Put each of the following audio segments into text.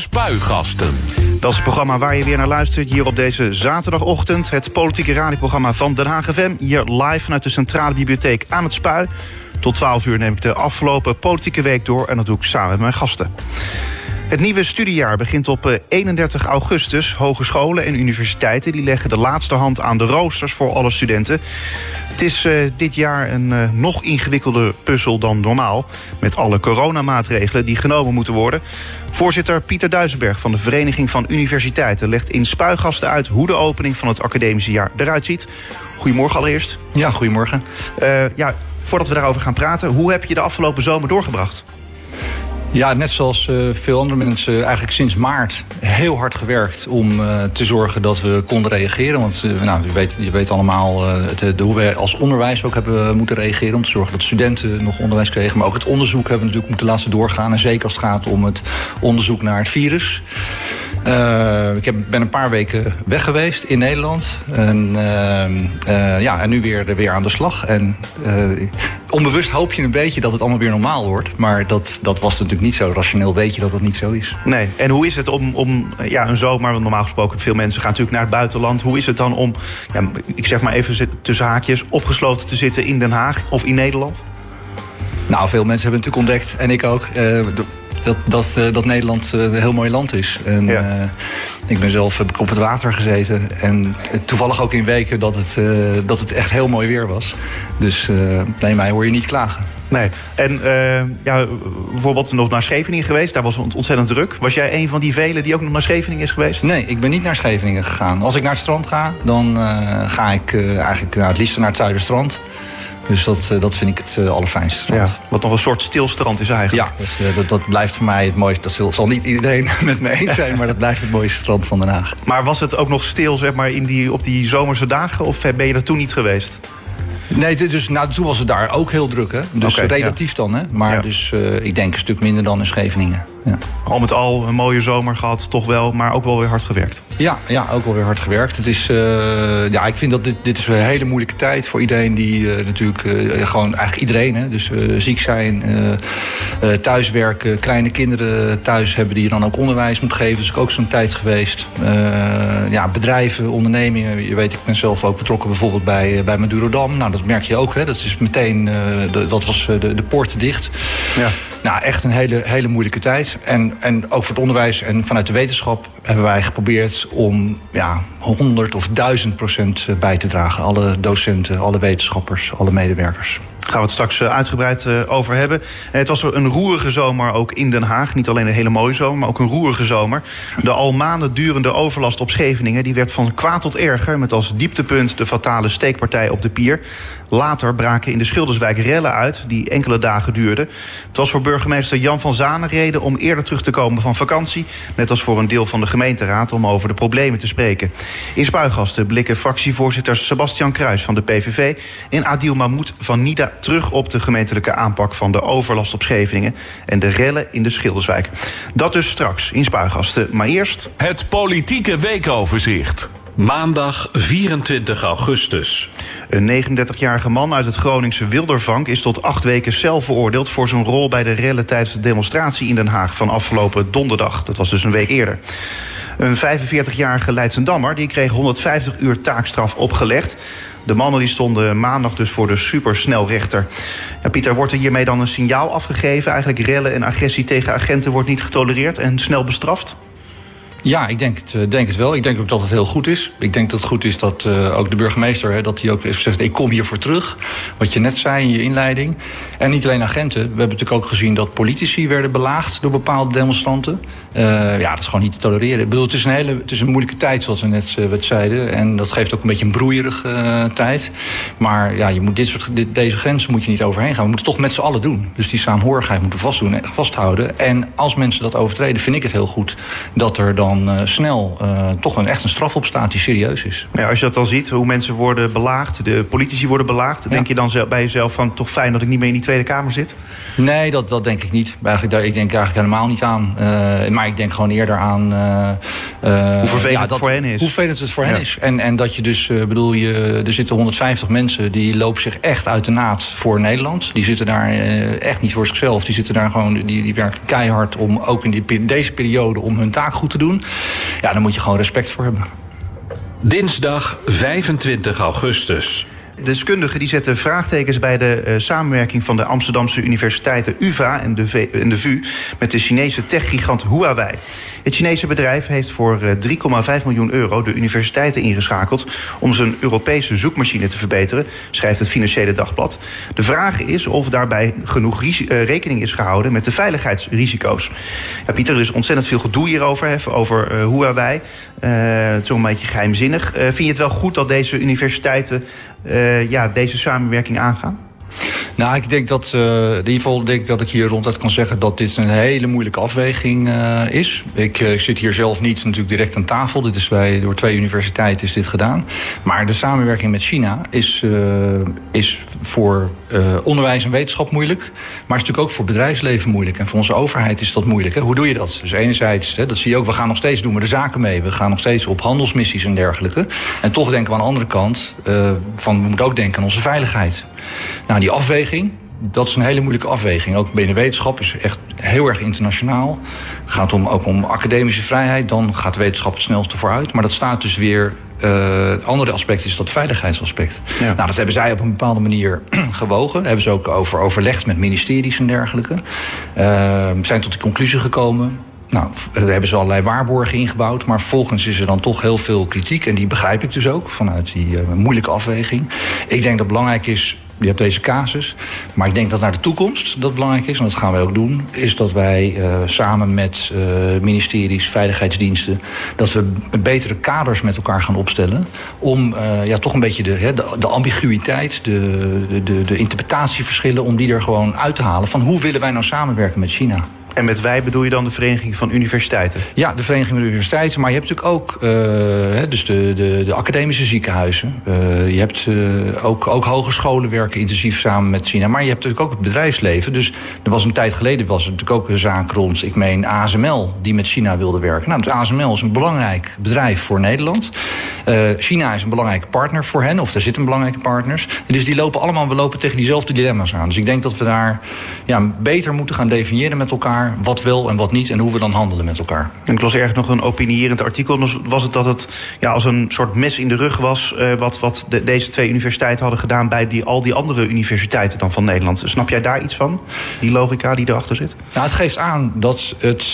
Spuigasten. Dat is het programma waar je weer naar luistert hier op deze zaterdagochtend. Het politieke radioprogramma van Den Haag FM. Hier live vanuit de Centrale Bibliotheek aan het Spui. Tot 12 uur neem ik de afgelopen politieke week door en dat doe ik samen met mijn gasten. Het nieuwe studiejaar begint op 31 augustus. Hogescholen en universiteiten die leggen de laatste hand aan de roosters voor alle studenten. Het is dit jaar een nog ingewikkelder puzzel dan normaal. Met alle coronamaatregelen die genomen moeten worden. Voorzitter Pieter Duisenberg van de Vereniging van Universiteiten legt in Spuigasten uit hoe de opening van het academische jaar eruit ziet. Goedemorgen allereerst. Ja, goedemorgen. Voordat we daarover gaan praten, hoe heb je de afgelopen zomer doorgebracht? Ja, net zoals veel andere mensen eigenlijk sinds maart heel hard gewerkt om te zorgen dat we konden reageren. Want je weet allemaal hoe we als onderwijs ook hebben moeten reageren om te zorgen dat studenten nog onderwijs kregen. Maar ook het onderzoek hebben we natuurlijk moeten laten doorgaan. En zeker als het gaat om het onderzoek naar het virus. Ik ben een paar weken weg geweest in Nederland. En nu weer aan de slag. En onbewust hoop je een beetje dat het allemaal weer normaal wordt. Maar dat was natuurlijk niet zo. Rationeel weet je dat het niet zo is. Nee. En hoe is het om een zomer, want normaal gesproken veel mensen gaan natuurlijk naar het buitenland. Hoe is het dan om, ik zeg maar even tussen haakjes, opgesloten te zitten in Den Haag of in Nederland? Nou, veel mensen hebben natuurlijk ontdekt, en ik ook, dat Nederland een heel mooi land is. En ik ben zelf heb ik op het water gezeten. En toevallig ook in weken dat het echt heel mooi weer was. Dus mij hoor je niet klagen. Nee. En bijvoorbeeld nog naar Scheveningen geweest. Daar was het ontzettend druk. Was jij een van die velen die ook nog naar Scheveningen is geweest? Nee, ik ben niet naar Scheveningen gegaan. Als ik naar het strand ga, dan ga ik eigenlijk het liefst naar het Zuiderstrand. Dus dat vind ik het allerfijnste strand. Ja, wat nog een soort stilstrand is eigenlijk. Ja, dus dat blijft voor mij het mooiste. Dat zal niet iedereen met me eens zijn, maar dat blijft het mooiste strand van Den Haag. Maar was het ook nog stil, zeg maar, op die zomerse dagen? Of ben je er toen niet geweest? Nee, dus toen was het daar ook heel druk, hè? Dus relatief dan, hè? Maar dus ik denk een stuk minder dan in Scheveningen. Ja. Al met al een mooie zomer gehad, toch wel, maar ook wel weer hard gewerkt. Ja, ook wel weer hard gewerkt. Het is, ik vind dat dit is een hele moeilijke tijd voor iedereen die natuurlijk gewoon eigenlijk iedereen, hè? Dus ziek zijn, thuiswerken, kleine kinderen thuis hebben die je dan ook onderwijs moet geven. Dus ook zo'n tijd geweest. Bedrijven, ondernemingen. Je weet, ik ben zelf ook betrokken bijvoorbeeld bij Madurodam. Nou, dat merk je ook, hè? Dat is meteen, dat was de poorten dicht. Ja. Nou, echt een hele moeilijke tijd. En ook voor het onderwijs en vanuit de wetenschap hebben wij geprobeerd om 100 of 1000% bij te dragen. Alle docenten, alle wetenschappers, alle medewerkers. Daar gaan we het straks uitgebreid over hebben. Het was een roerige zomer ook in Den Haag. Niet alleen een hele mooie zomer, maar ook een roerige zomer. De al maanden durende overlast op Scheveningen die werd van kwaad tot erger, met als dieptepunt de fatale steekpartij op de pier. Later braken in de Schilderswijk rellen uit die enkele dagen duurden. Het was voor burgemeester Jan van Zanen reden om eerder terug te komen van vakantie, net als voor een deel van de gemeenteraad om over de problemen te spreken. In Spuigasten blikken fractievoorzitter Sebastian Kruijs van de PVV en Adil Mahmoud van NIDA terug op de gemeentelijke aanpak van de overlast op Scheveningen en de rellen in de Schilderswijk. Dat dus straks in Spuigasten, maar eerst het politieke weekoverzicht. Maandag 24 augustus. Een 39-jarige man uit het Groningse Wildervank is tot 8 weken cel veroordeeld voor zijn rol bij de rellen tijdens de demonstratie in Den Haag van afgelopen donderdag. Dat was dus een week eerder. Een 45-jarige Leidsendammer die kreeg 150 uur taakstraf opgelegd. De mannen die stonden maandag dus voor de supersnelrechter. Ja, Pieter, wordt er hiermee dan een signaal afgegeven? Eigenlijk rellen en agressie tegen agenten wordt niet getolereerd en snel bestraft? Ja, ik denk het wel. Ik denk ook dat het heel goed is. Ik denk dat het goed is dat ook de burgemeester, dat hij ook even zegt, ik kom hiervoor terug. Wat je net zei in je inleiding. En niet alleen agenten. We hebben natuurlijk ook gezien dat politici werden belaagd door bepaalde demonstranten. Dat is gewoon niet te tolereren. Ik bedoel, het is een moeilijke tijd, zoals we net zeiden. En dat geeft ook een beetje een broeierige tijd. Maar je moet deze grenzen moet je niet overheen gaan. We moeten het toch met z'n allen doen. Dus die saamhorigheid moeten we vasthouden. En als mensen dat overtreden, vind ik het heel goed dat er dan snel toch echt een straf op staat die serieus is. Ja, als je dat dan ziet, hoe mensen worden belaagd, de politici worden belaagd, denk je dan bij jezelf van toch fijn dat ik niet meer in die Tweede Kamer zit? Nee, dat denk ik niet. Ik denk eigenlijk helemaal niet aan. Maar ik denk gewoon eerder aan Hoe vervelend het voor hen is. Hoe vervelend het voor hen is. En dat je dus, er zitten 150 mensen die lopen zich echt uit de naad voor Nederland. Die zitten daar echt niet voor zichzelf. Die zitten daar gewoon, die werken keihard om ook in deze periode om hun taak goed te doen. Ja, daar moet je gewoon respect voor hebben. Dinsdag 25 augustus. Deskundigen die zetten vraagtekens bij de samenwerking van de Amsterdamse universiteiten UvA en de VU met de Chinese techgigant Huawei. Het Chinese bedrijf heeft voor 3,5 miljoen euro de universiteiten ingeschakeld om zijn Europese zoekmachine te verbeteren, schrijft het Financiële Dagblad. De vraag is of daarbij genoeg rekening is gehouden met de veiligheidsrisico's. Ja, Pieter, er is ontzettend veel gedoe hierover, over Huawei. Het is een beetje geheimzinnig. Vind je het wel goed dat deze universiteiten deze samenwerking aangaan? Nou, ik denk dat in ieder geval dat ik hier ronduit kan zeggen dat dit een hele moeilijke afweging is. Ik zit hier zelf niet natuurlijk direct aan tafel. Dit is door 2 universiteiten is dit gedaan. Maar de samenwerking met China is voor onderwijs en wetenschap moeilijk. Maar is natuurlijk ook voor bedrijfsleven moeilijk. En voor onze overheid is dat moeilijk. Hè? Hoe doe je dat? Dus enerzijds, dat zie je ook, we gaan nog steeds doen we de zaken mee. We gaan nog steeds op handelsmissies en dergelijke. En toch denken we aan de andere kant we moeten ook denken aan onze veiligheid. Nou, die afweging, dat is een hele moeilijke afweging. Ook binnen wetenschap is echt heel erg internationaal. Het gaat ook om academische vrijheid. Dan gaat de wetenschap het snelste vooruit. Maar dat staat dus weer... Het andere aspect is dat veiligheidsaspect. Ja. Nou, dat hebben zij op een bepaalde manier gewogen. Daar hebben ze ook over overlegd met ministeries en dergelijke. Zijn tot de conclusie gekomen. Nou, daar hebben ze allerlei waarborgen ingebouwd. Maar vervolgens is er dan toch heel veel kritiek. En die begrijp ik dus ook vanuit die moeilijke afweging. Ik denk dat het belangrijk is... Je hebt deze casus. Maar ik denk dat naar de toekomst dat belangrijk is. En dat gaan wij ook doen. Is dat wij samen met ministeries, veiligheidsdiensten... dat we betere kaders met elkaar gaan opstellen. Om toch een beetje de ambiguïteit, de interpretatieverschillen... om die er gewoon uit te halen. Van hoe willen wij nou samenwerken met China? En met wij bedoel je dan de Vereniging van Universiteiten? Ja, de Vereniging van Universiteiten. Maar je hebt natuurlijk ook dus de academische ziekenhuizen. Je hebt ook hogescholen werken intensief samen met China. Maar je hebt natuurlijk ook het bedrijfsleven. Dus er was een tijd geleden was er natuurlijk ook een zaak rond... ik meen ASML, die met China wilde werken. Nou, het ASML is een belangrijk bedrijf voor Nederland. China is een belangrijke partner voor hen. Of er zitten belangrijke partners. Dus we lopen tegen diezelfde dilemma's aan. Dus ik denk dat we daar beter moeten gaan definiëren met elkaar... wat wel en wat niet en hoe we dan handelen met elkaar. En ik las ergens nog een opinierend artikel. Dus was het dat het als een soort mes in de rug was... wat deze 2 universiteiten hadden gedaan... bij al die andere universiteiten dan van Nederland. Snap jij daar iets van? Die logica die erachter zit? Nou, het geeft aan dat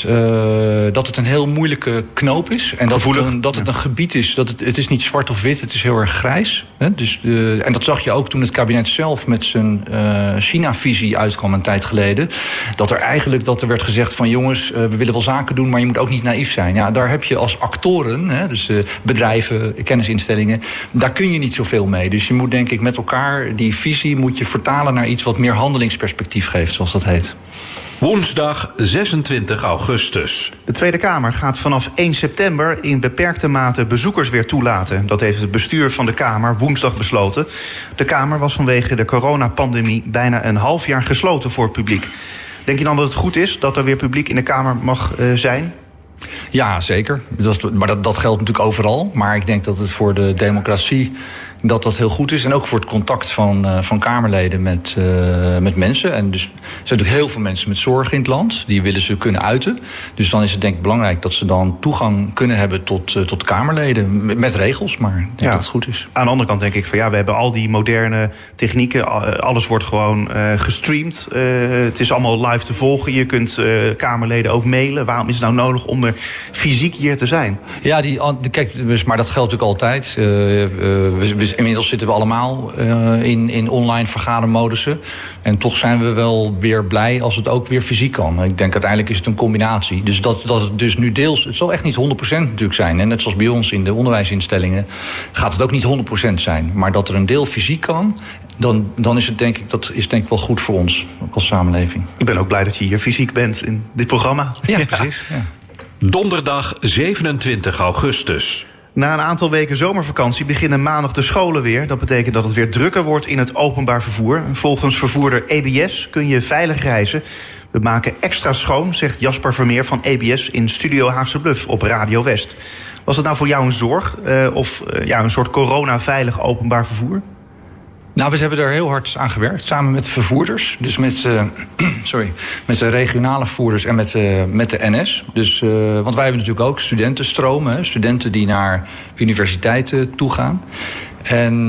het een heel moeilijke knoop is. En dat het een gebied is. Het is niet zwart of wit, het is heel erg grijs. Hè? Dus, en dat zag je ook toen het kabinet zelf met zijn China-visie uitkwam een tijd geleden. Dat er werd gezegd van jongens, we willen wel zaken doen... maar je moet ook niet naïef zijn. Ja, daar heb je als actoren, dus bedrijven, kennisinstellingen... daar kun je niet zoveel mee. Dus je moet denk ik met elkaar die visie moet je vertalen... naar iets wat meer handelingsperspectief geeft, zoals dat heet. Woensdag 26 augustus. De Tweede Kamer gaat vanaf 1 september in beperkte mate bezoekers weer toelaten. Dat heeft het bestuur van de Kamer woensdag besloten. De Kamer was vanwege de coronapandemie bijna een half jaar gesloten voor het publiek. Denk je dan dat het goed is dat er weer publiek in de Kamer mag zijn? Ja, zeker. Maar dat geldt natuurlijk overal. Maar ik denk dat het voor de democratie dat heel goed is. En ook voor het contact van Kamerleden met mensen. En dus er zijn natuurlijk heel veel mensen met zorg in het land. Die willen ze kunnen uiten. Dus dan is het denk ik belangrijk dat ze dan toegang kunnen hebben tot Kamerleden. Met regels, maar ik denk dat het goed is. Aan de andere kant denk ik van we hebben al die moderne technieken. Alles wordt gewoon gestreamd. Het is allemaal live te volgen. Je kunt Kamerleden ook mailen. Waarom is het nou nodig om er fysiek hier te zijn? Ja, kijk, maar dat geldt natuurlijk altijd. Inmiddels zitten we allemaal in online vergadermodussen. En toch zijn we wel weer blij als het ook weer fysiek kan. Ik denk uiteindelijk is het een combinatie. Dus dat het dus nu deels... Het zal echt niet 100% natuurlijk zijn. En net zoals bij ons in de onderwijsinstellingen gaat het ook niet 100% zijn. Maar dat er een deel fysiek kan... Dan is het denk ik wel goed voor ons als samenleving. Ik ben ook blij dat je hier fysiek bent in dit programma. Ja, precies. Ja. Donderdag 27 augustus. Na een aantal weken zomervakantie beginnen maandag de scholen weer. Dat betekent dat het weer drukker wordt in het openbaar vervoer. Volgens vervoerder EBS kun je veilig reizen. We maken extra schoon, zegt Jasper Vermeer van EBS in Studio Haagse Bluff op Radio West. Was het nou voor jou een zorg of een soort coronaveilig openbaar vervoer? Nou, we hebben er heel hard aan gewerkt, samen met de vervoerders. Dus met de regionale vervoerders en met de NS. Dus, want wij hebben natuurlijk ook studentenstromen, studenten die naar universiteiten toe gaan. En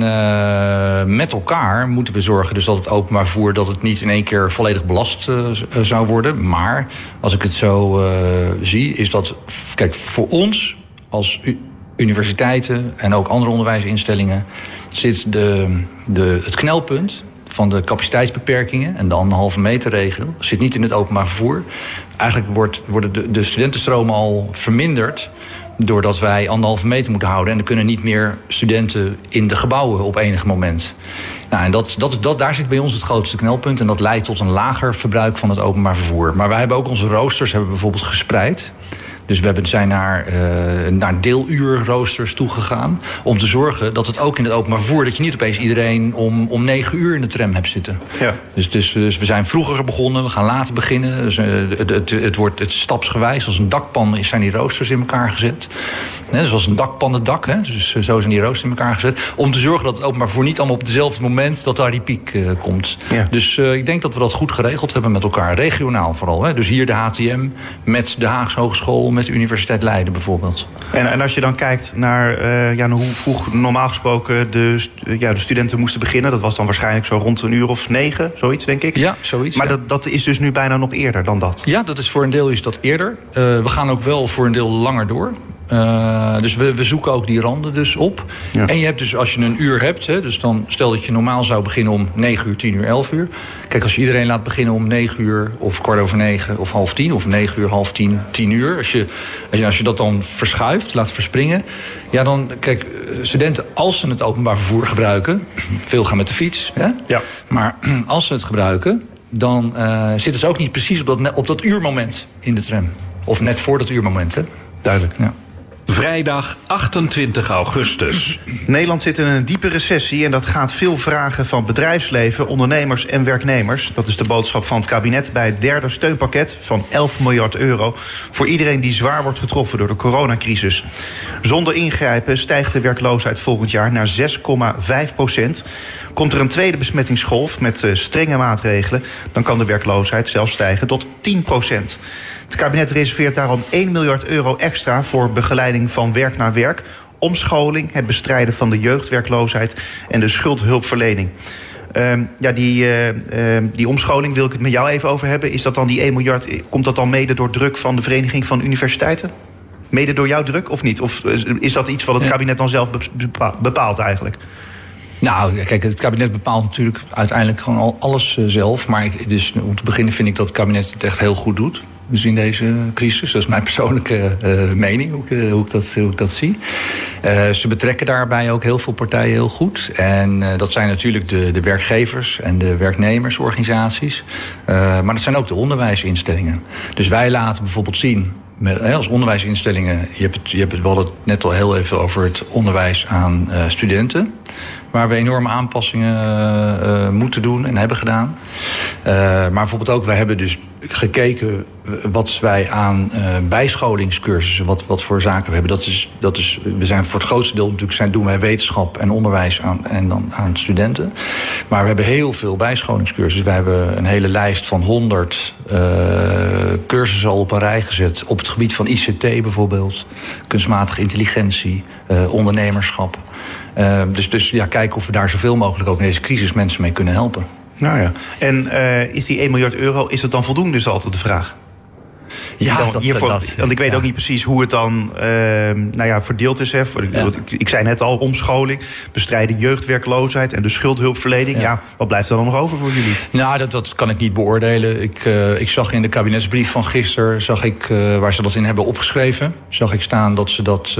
met elkaar moeten we zorgen dus dat het openbaar vervoer dat het niet in één keer volledig belast zou worden. Maar als ik het zo zie, is dat, kijk, voor ons als universiteiten en ook andere onderwijsinstellingen zit het knelpunt van de capaciteitsbeperkingen en de 1,5 meter regel zit niet in het openbaar vervoer. Eigenlijk worden de studentenstromen al verminderd doordat wij 1,5 meter moeten houden. En er kunnen niet meer studenten in de gebouwen op enig moment. Nou, en daar zit bij ons het grootste knelpunt. En dat leidt tot een lager verbruik van het openbaar vervoer. Maar wij hebben ook onze roosters bijvoorbeeld gespreid. Dus we zijn naar deeluurroosters toegegaan om te zorgen dat het ook in het openbaar vervoer, dat je niet opeens iedereen om 9 uur in de tram hebt zitten. Ja. Dus we zijn vroeger begonnen, we gaan later beginnen. Dus, het wordt stapsgewijs. Als een dakpan zijn die roosters in elkaar gezet. Dus als een dakpannendak, dus zo zijn die roosters in elkaar gezet. Om te zorgen dat het openbaar vervoer niet allemaal op hetzelfde moment dat daar die piek komt. Ja. Dus ik denk dat we dat goed geregeld hebben met elkaar. Regionaal vooral. Dus hier de HTM met de Haagse Hogeschool, met de Universiteit Leiden bijvoorbeeld. En als je dan kijkt naar hoe vroeg normaal gesproken de studenten moesten beginnen, dat was dan waarschijnlijk zo rond 9:00, zoiets denk ik. Ja, zoiets. Maar dat is dus nu bijna nog eerder dan dat. Ja, dat is voor een deel is dat eerder. We gaan ook wel voor een deel langer door. Dus we zoeken ook die randen dus op. Ja. En je hebt dus, als je een uur hebt, dus dan stel dat je normaal zou beginnen om 9 uur, 10 uur, 11 uur. Kijk, als je iedereen laat beginnen om 9 uur of 9:15 of 9:30 of 9 uur, 9:30, 10 uur. Als je dat dan verschuift, laat verspringen. Ja, dan, kijk, studenten als ze het openbaar vervoer gebruiken, veel gaan met de fiets. Hè? Ja. Maar als ze het gebruiken, dan zitten ze ook niet precies op dat uurmoment in de tram. Of net voor dat uurmoment, hè? Duidelijk. Ja. Vrijdag 28 augustus. Nederland zit in een diepe recessie en dat gaat veel vragen van bedrijfsleven, ondernemers en werknemers. Dat is de boodschap van het kabinet bij het derde steunpakket van 11 miljard euro voor iedereen die zwaar wordt getroffen door de coronacrisis. Zonder ingrijpen stijgt de werkloosheid volgend jaar naar 6,5%. Komt er een tweede besmettingsgolf met strenge maatregelen, dan kan de werkloosheid zelfs stijgen tot 10%. Het kabinet reserveert daarom 1 miljard euro extra voor begeleiding van werk naar werk, omscholing, het bestrijden van de jeugdwerkloosheid en de schuldhulpverlening. Die omscholing wil ik het met jou even over hebben. Is dat dan die 1 miljard, komt dat dan mede door druk van de Vereniging van Universiteiten? Mede door jouw druk of niet? Of is dat iets wat het kabinet dan zelf bepaalt eigenlijk? Nou, kijk, het kabinet bepaalt natuurlijk uiteindelijk gewoon alles zelf. Maar dus om te beginnen vind ik dat het kabinet het echt heel goed doet. Dus in deze crisis, dat is mijn persoonlijke mening, hoe ik dat zie. Ze betrekken daarbij ook heel veel partijen heel goed. En dat zijn natuurlijk de werkgevers en de werknemersorganisaties. Maar dat zijn ook de onderwijsinstellingen. Dus wij laten bijvoorbeeld zien, als onderwijsinstellingen, je hebt het net al heel even over het onderwijs aan studenten, waar we enorme aanpassingen moeten doen en hebben gedaan. Maar bijvoorbeeld ook, wij hebben dus gekeken wat wij aan bijscholingscursussen, wat voor zaken we hebben. We zijn voor het grootste deel natuurlijk doen wij wetenschap en onderwijs aan studenten. Maar we hebben heel veel bijscholingscursussen. We hebben een hele lijst van 100 cursussen al op een rij gezet. Op het gebied van ICT bijvoorbeeld, kunstmatige intelligentie, ondernemerschap. Dus kijken of we daar zoveel mogelijk ook in deze crisis mensen mee kunnen helpen. Nou ja. En is die 1 miljard euro, is het dan voldoende, is altijd de vraag? Ja, want ik weet ook niet precies hoe het dan verdeeld is. Hè. Ik zei net al, omscholing, bestrijden jeugdwerkloosheid en de schuldhulpverlening. Ja, wat blijft er dan nog over voor jullie? Nou, dat kan ik niet beoordelen. Ik zag in de kabinetsbrief van gisteren, waar ze dat in hebben opgeschreven, zag ik staan dat ze dat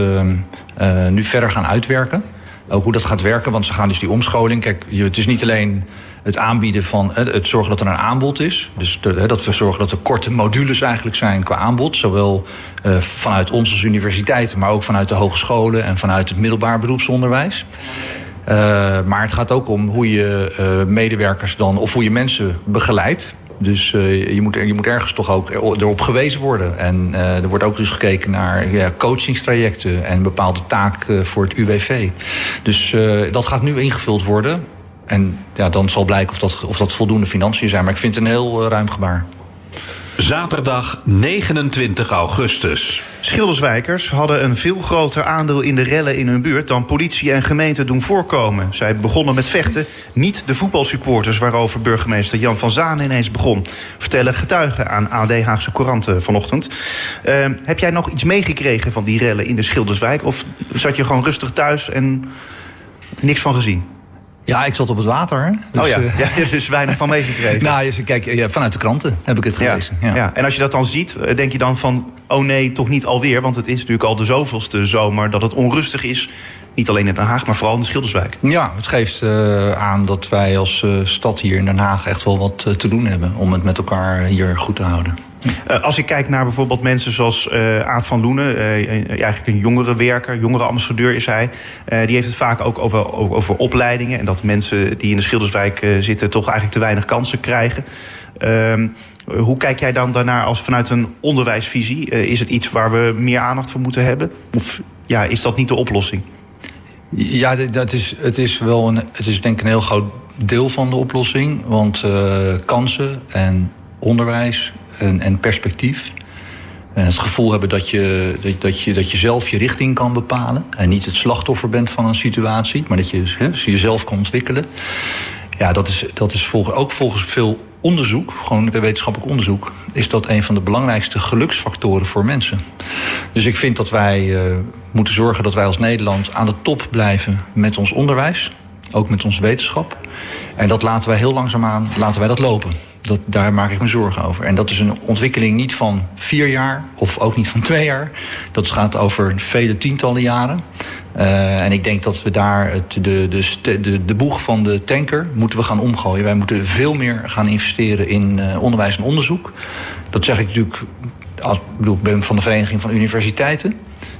nu verder gaan uitwerken. Ook hoe dat gaat werken, want ze gaan dus die omscholing. Kijk, het is niet alleen het aanbieden van het zorgen dat er een aanbod is. Dus dat we zorgen dat er korte modules eigenlijk zijn qua aanbod. Zowel vanuit ons als universiteiten, maar ook vanuit de hogescholen en vanuit het middelbaar beroepsonderwijs. Maar het gaat ook om hoe je medewerkers dan, of hoe je mensen begeleidt. Dus je moet ergens toch ook erop gewezen worden. En er wordt ook dus gekeken naar coachingstrajecten en een bepaalde taak voor het UWV. Dus dat gaat nu ingevuld worden. En dan zal blijken of dat voldoende financiën zijn. Maar ik vind het een heel ruim gebaar. Zaterdag 29 augustus. Schilderswijkers hadden een veel groter aandeel in de rellen in hun buurt dan politie en gemeente doen voorkomen. Zij begonnen met vechten, niet de voetbalsupporters waarover burgemeester Jan van Zanen ineens begon. Vertellen getuigen aan AD Haagse Courant vanochtend. Heb jij nog iets meegekregen van die rellen in de Schilderswijk? Of zat je gewoon rustig thuis en niks van gezien? Ja, ik zat op het water. Hè? Dus, er is weinig van meegekregen. Nou, kijk, vanuit de kranten heb ik het gelezen. Ja. En als je dat dan ziet, denk je dan van, oh nee, toch niet alweer? Want het is natuurlijk al de zoveelste zomer dat het onrustig is. Niet alleen in Den Haag, maar vooral in de Schilderswijk. Ja, het geeft aan dat wij als stad hier in Den Haag echt wel wat te doen hebben om het met elkaar hier goed te houden. Als ik kijk naar bijvoorbeeld mensen zoals Aad van Loenen, eigenlijk een jongere ambassadeur is hij. Die heeft het vaak ook over opleidingen. En dat mensen die in de Schilderswijk zitten toch eigenlijk te weinig kansen krijgen. Hoe kijk jij dan daarnaar als vanuit een onderwijsvisie? Is het iets waar we meer aandacht voor moeten hebben? Of is dat niet de oplossing? Ja, het is denk ik een heel groot deel van de oplossing. Want kansen en onderwijs en perspectief. En het gevoel hebben dat je zelf je richting kan bepalen. En niet het slachtoffer bent van een situatie. Maar dat je jezelf kan ontwikkelen. Ja, dat is volgens veel onderzoek, gewoon wetenschappelijk onderzoek, is dat een van de belangrijkste geluksfactoren voor mensen. Dus ik vind dat wij moeten zorgen dat wij als Nederland aan de top blijven met ons onderwijs. Ook met onze wetenschap. En dat laten wij heel langzaamaan dat lopen. Daar maak ik me zorgen over. En dat is een ontwikkeling niet van 4 jaar of ook niet van 2 jaar. Dat gaat over vele tientallen jaren. En ik denk dat we daar de boeg van de tanker moeten we gaan omgooien. Wij moeten veel meer gaan investeren in onderwijs en onderzoek. Dat zeg ik natuurlijk. Ik ben van de Vereniging van Universiteiten.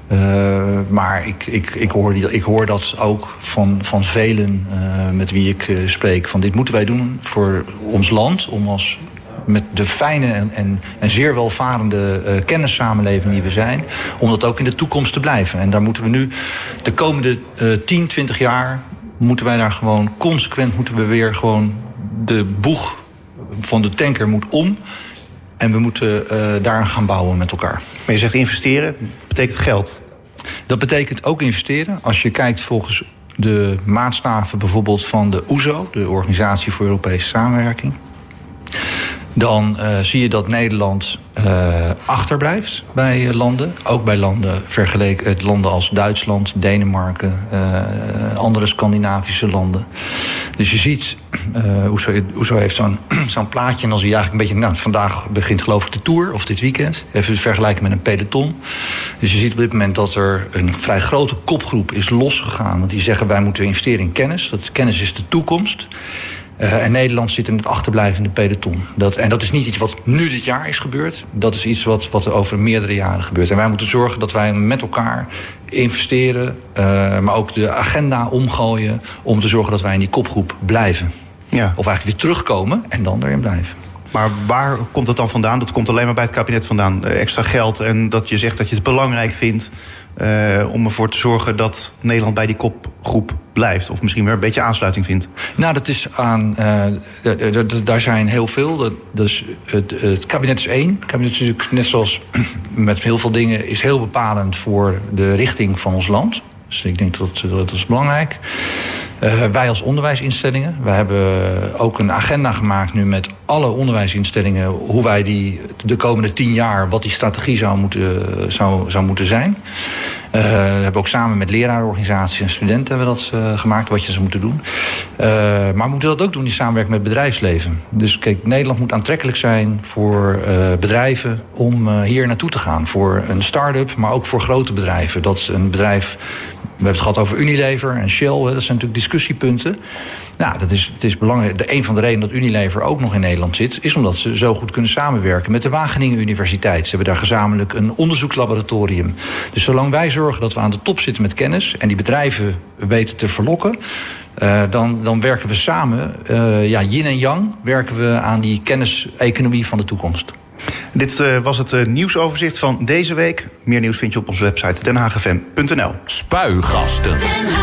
Maar ik hoor dat ook van velen met wie ik spreek. Van dit moeten wij doen voor ons land. Om met de fijne en zeer welvarende kennissamenleving die we zijn, om dat ook in de toekomst te blijven. En daar moeten we nu de komende 10, 20 jaar moeten wij daar gewoon consequent weer gewoon de boeg van de tanker moet om. En we moeten daar gaan bouwen met elkaar. Maar je zegt investeren, betekent geld? Dat betekent ook investeren. Als je kijkt volgens de maatstaven bijvoorbeeld van de OESO, de Organisatie voor Europese Samenwerking, dan zie je dat Nederland achterblijft bij landen. Ook bij landen als Duitsland, Denemarken, andere Scandinavische landen. Dus je ziet, OESO heeft zo'n plaatje. En dan zie je eigenlijk een beetje, vandaag begint geloof ik de Tour, of dit weekend. Even het vergelijken met een peloton. Dus je ziet op dit moment dat er een vrij grote kopgroep is losgegaan. Want die zeggen, wij moeten investeren in kennis. Dat kennis is de toekomst. En Nederland zit in het achterblijvende peloton. Dat is niet iets wat nu dit jaar is gebeurd. Dat is iets wat er over meerdere jaren gebeurt. En wij moeten zorgen dat wij met elkaar investeren, maar ook de agenda omgooien om te zorgen dat wij in die kopgroep blijven. Ja. Of eigenlijk weer terugkomen en dan erin blijven. Maar waar komt dat dan vandaan? Dat komt alleen maar bij het kabinet vandaan. Extra geld en dat je zegt dat je het belangrijk vindt om ervoor te zorgen dat Nederland bij die kopgroep blijft. Of misschien weer een beetje aansluiting vindt. Nou, dat is daar zijn heel veel. Dus het kabinet is één. Het kabinet is natuurlijk, net zoals met heel veel dingen, is heel bepalend voor de richting van ons land. Dus ik denk dat is belangrijk. Wij als onderwijsinstellingen, wij hebben ook een agenda gemaakt nu met alle onderwijsinstellingen, hoe wij de komende 10 jaar, wat die strategie zou moeten zijn. We hebben ook samen met lerarenorganisaties en studenten hebben we dat gemaakt, wat je zou moeten doen. Maar we moeten dat ook doen in samenwerking met het bedrijfsleven. Dus kijk, Nederland moet aantrekkelijk zijn voor bedrijven om hier naartoe te gaan. Voor een start-up, maar ook voor grote bedrijven. Dat een bedrijf hebben het gehad over Unilever en Shell. Dat zijn natuurlijk discussiepunten. Nou, het is belangrijk. Een van de redenen dat Unilever ook nog in Nederland zit, is omdat ze zo goed kunnen samenwerken met de Wageningen Universiteit. Ze hebben daar gezamenlijk een onderzoekslaboratorium. Dus zolang wij zorgen dat we aan de top zitten met kennis en die bedrijven weten te verlokken, dan werken we samen, yin en yang, werken we aan die kenniseconomie van de toekomst. Dit was het nieuwsoverzicht van deze week. Meer nieuws vind je op onze website denhaagfm.nl. Spuigasten.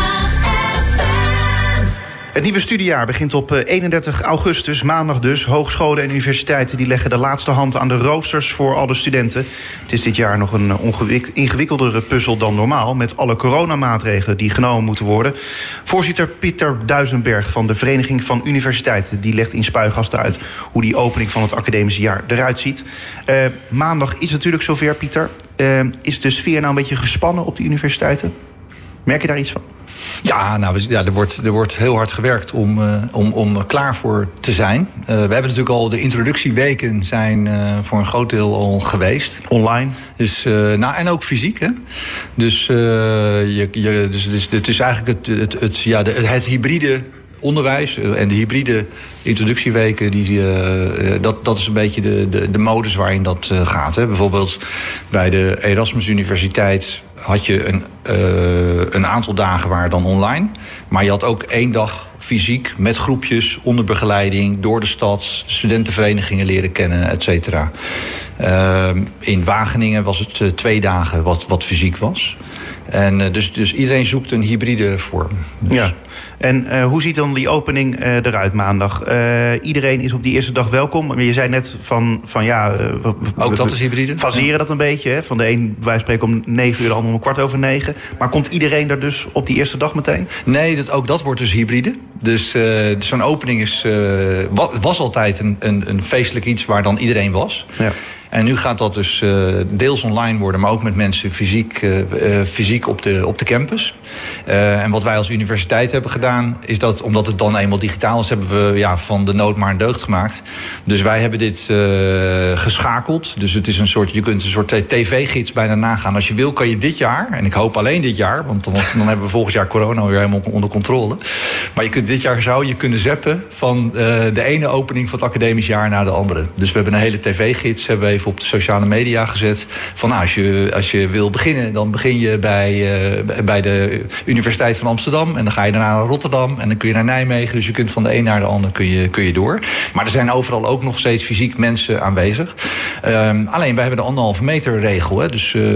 Het nieuwe studiejaar begint op 31 augustus, maandag dus. Hogescholen en universiteiten die leggen de laatste hand aan de roosters voor alle studenten. Het is dit jaar nog een ingewikkeldere puzzel dan normaal, met alle coronamaatregelen die genomen moeten worden. Voorzitter Pieter Duisenberg van de Vereniging van Universiteiten die legt in Spuigasten uit hoe die opening van het academische jaar eruit ziet. Maandag is natuurlijk zover, Pieter. Is de sfeer nou een beetje gespannen op de universiteiten? Merk je daar iets van? Ja, er wordt heel hard gewerkt om klaar voor te zijn. We hebben natuurlijk al de introductieweken zijn voor een groot deel al geweest. Online? Dus, en ook fysiek, hè. Dus het is eigenlijk het hybride onderwijs en de hybride introductieweken, dat is een beetje de modus waarin dat gaat. Hè. Bijvoorbeeld bij de Erasmus Universiteit had je een aantal dagen waren dan online. Maar je had ook 1 dag fysiek met groepjes onder begeleiding door de stad, studentenverenigingen leren kennen, et cetera. In Wageningen was het 2 dagen wat fysiek was. En dus iedereen zoekt een hybride vorm. Dus. Ja. En hoe ziet dan die opening eruit maandag? Iedereen is op die eerste dag welkom. Maar je zei net van ook dat is hybride. Faseren dat een beetje. Hè? Van de een, wij spreken om 9 uur, de ander om 9:15. Maar komt iedereen er dus op die eerste dag meteen? Nee, ook dat wordt dus hybride. Dus zo'n opening was altijd een feestelijk iets waar dan iedereen was. Ja. En nu gaat dat dus deels online worden, maar ook met mensen fysiek op de campus. En wat wij als universiteit hebben gedaan, is dat, omdat het dan eenmaal digitaal is, hebben we van de nood maar een deugd gemaakt. Dus wij hebben dit geschakeld. Dus het is je kunt een soort tv-gids bijna nagaan. Als je wil, kan je dit jaar, en ik hoop alleen dit jaar, want dan hebben we volgend jaar corona weer helemaal onder controle. Maar dit jaar zou je kunnen zappen van de ene opening van het academisch jaar naar de andere. Dus we hebben een hele tv-gids, hebben we even op de sociale media gezet. Van als je wil beginnen, dan begin je bij de Universiteit van Amsterdam. En dan ga je daarna naar Rotterdam. En dan kun je naar Nijmegen. Dus je kunt van de een naar de ander kun je door. Maar er zijn overal ook nog steeds fysiek mensen aanwezig. Alleen, wij hebben de 1,5 meter regel. Hè.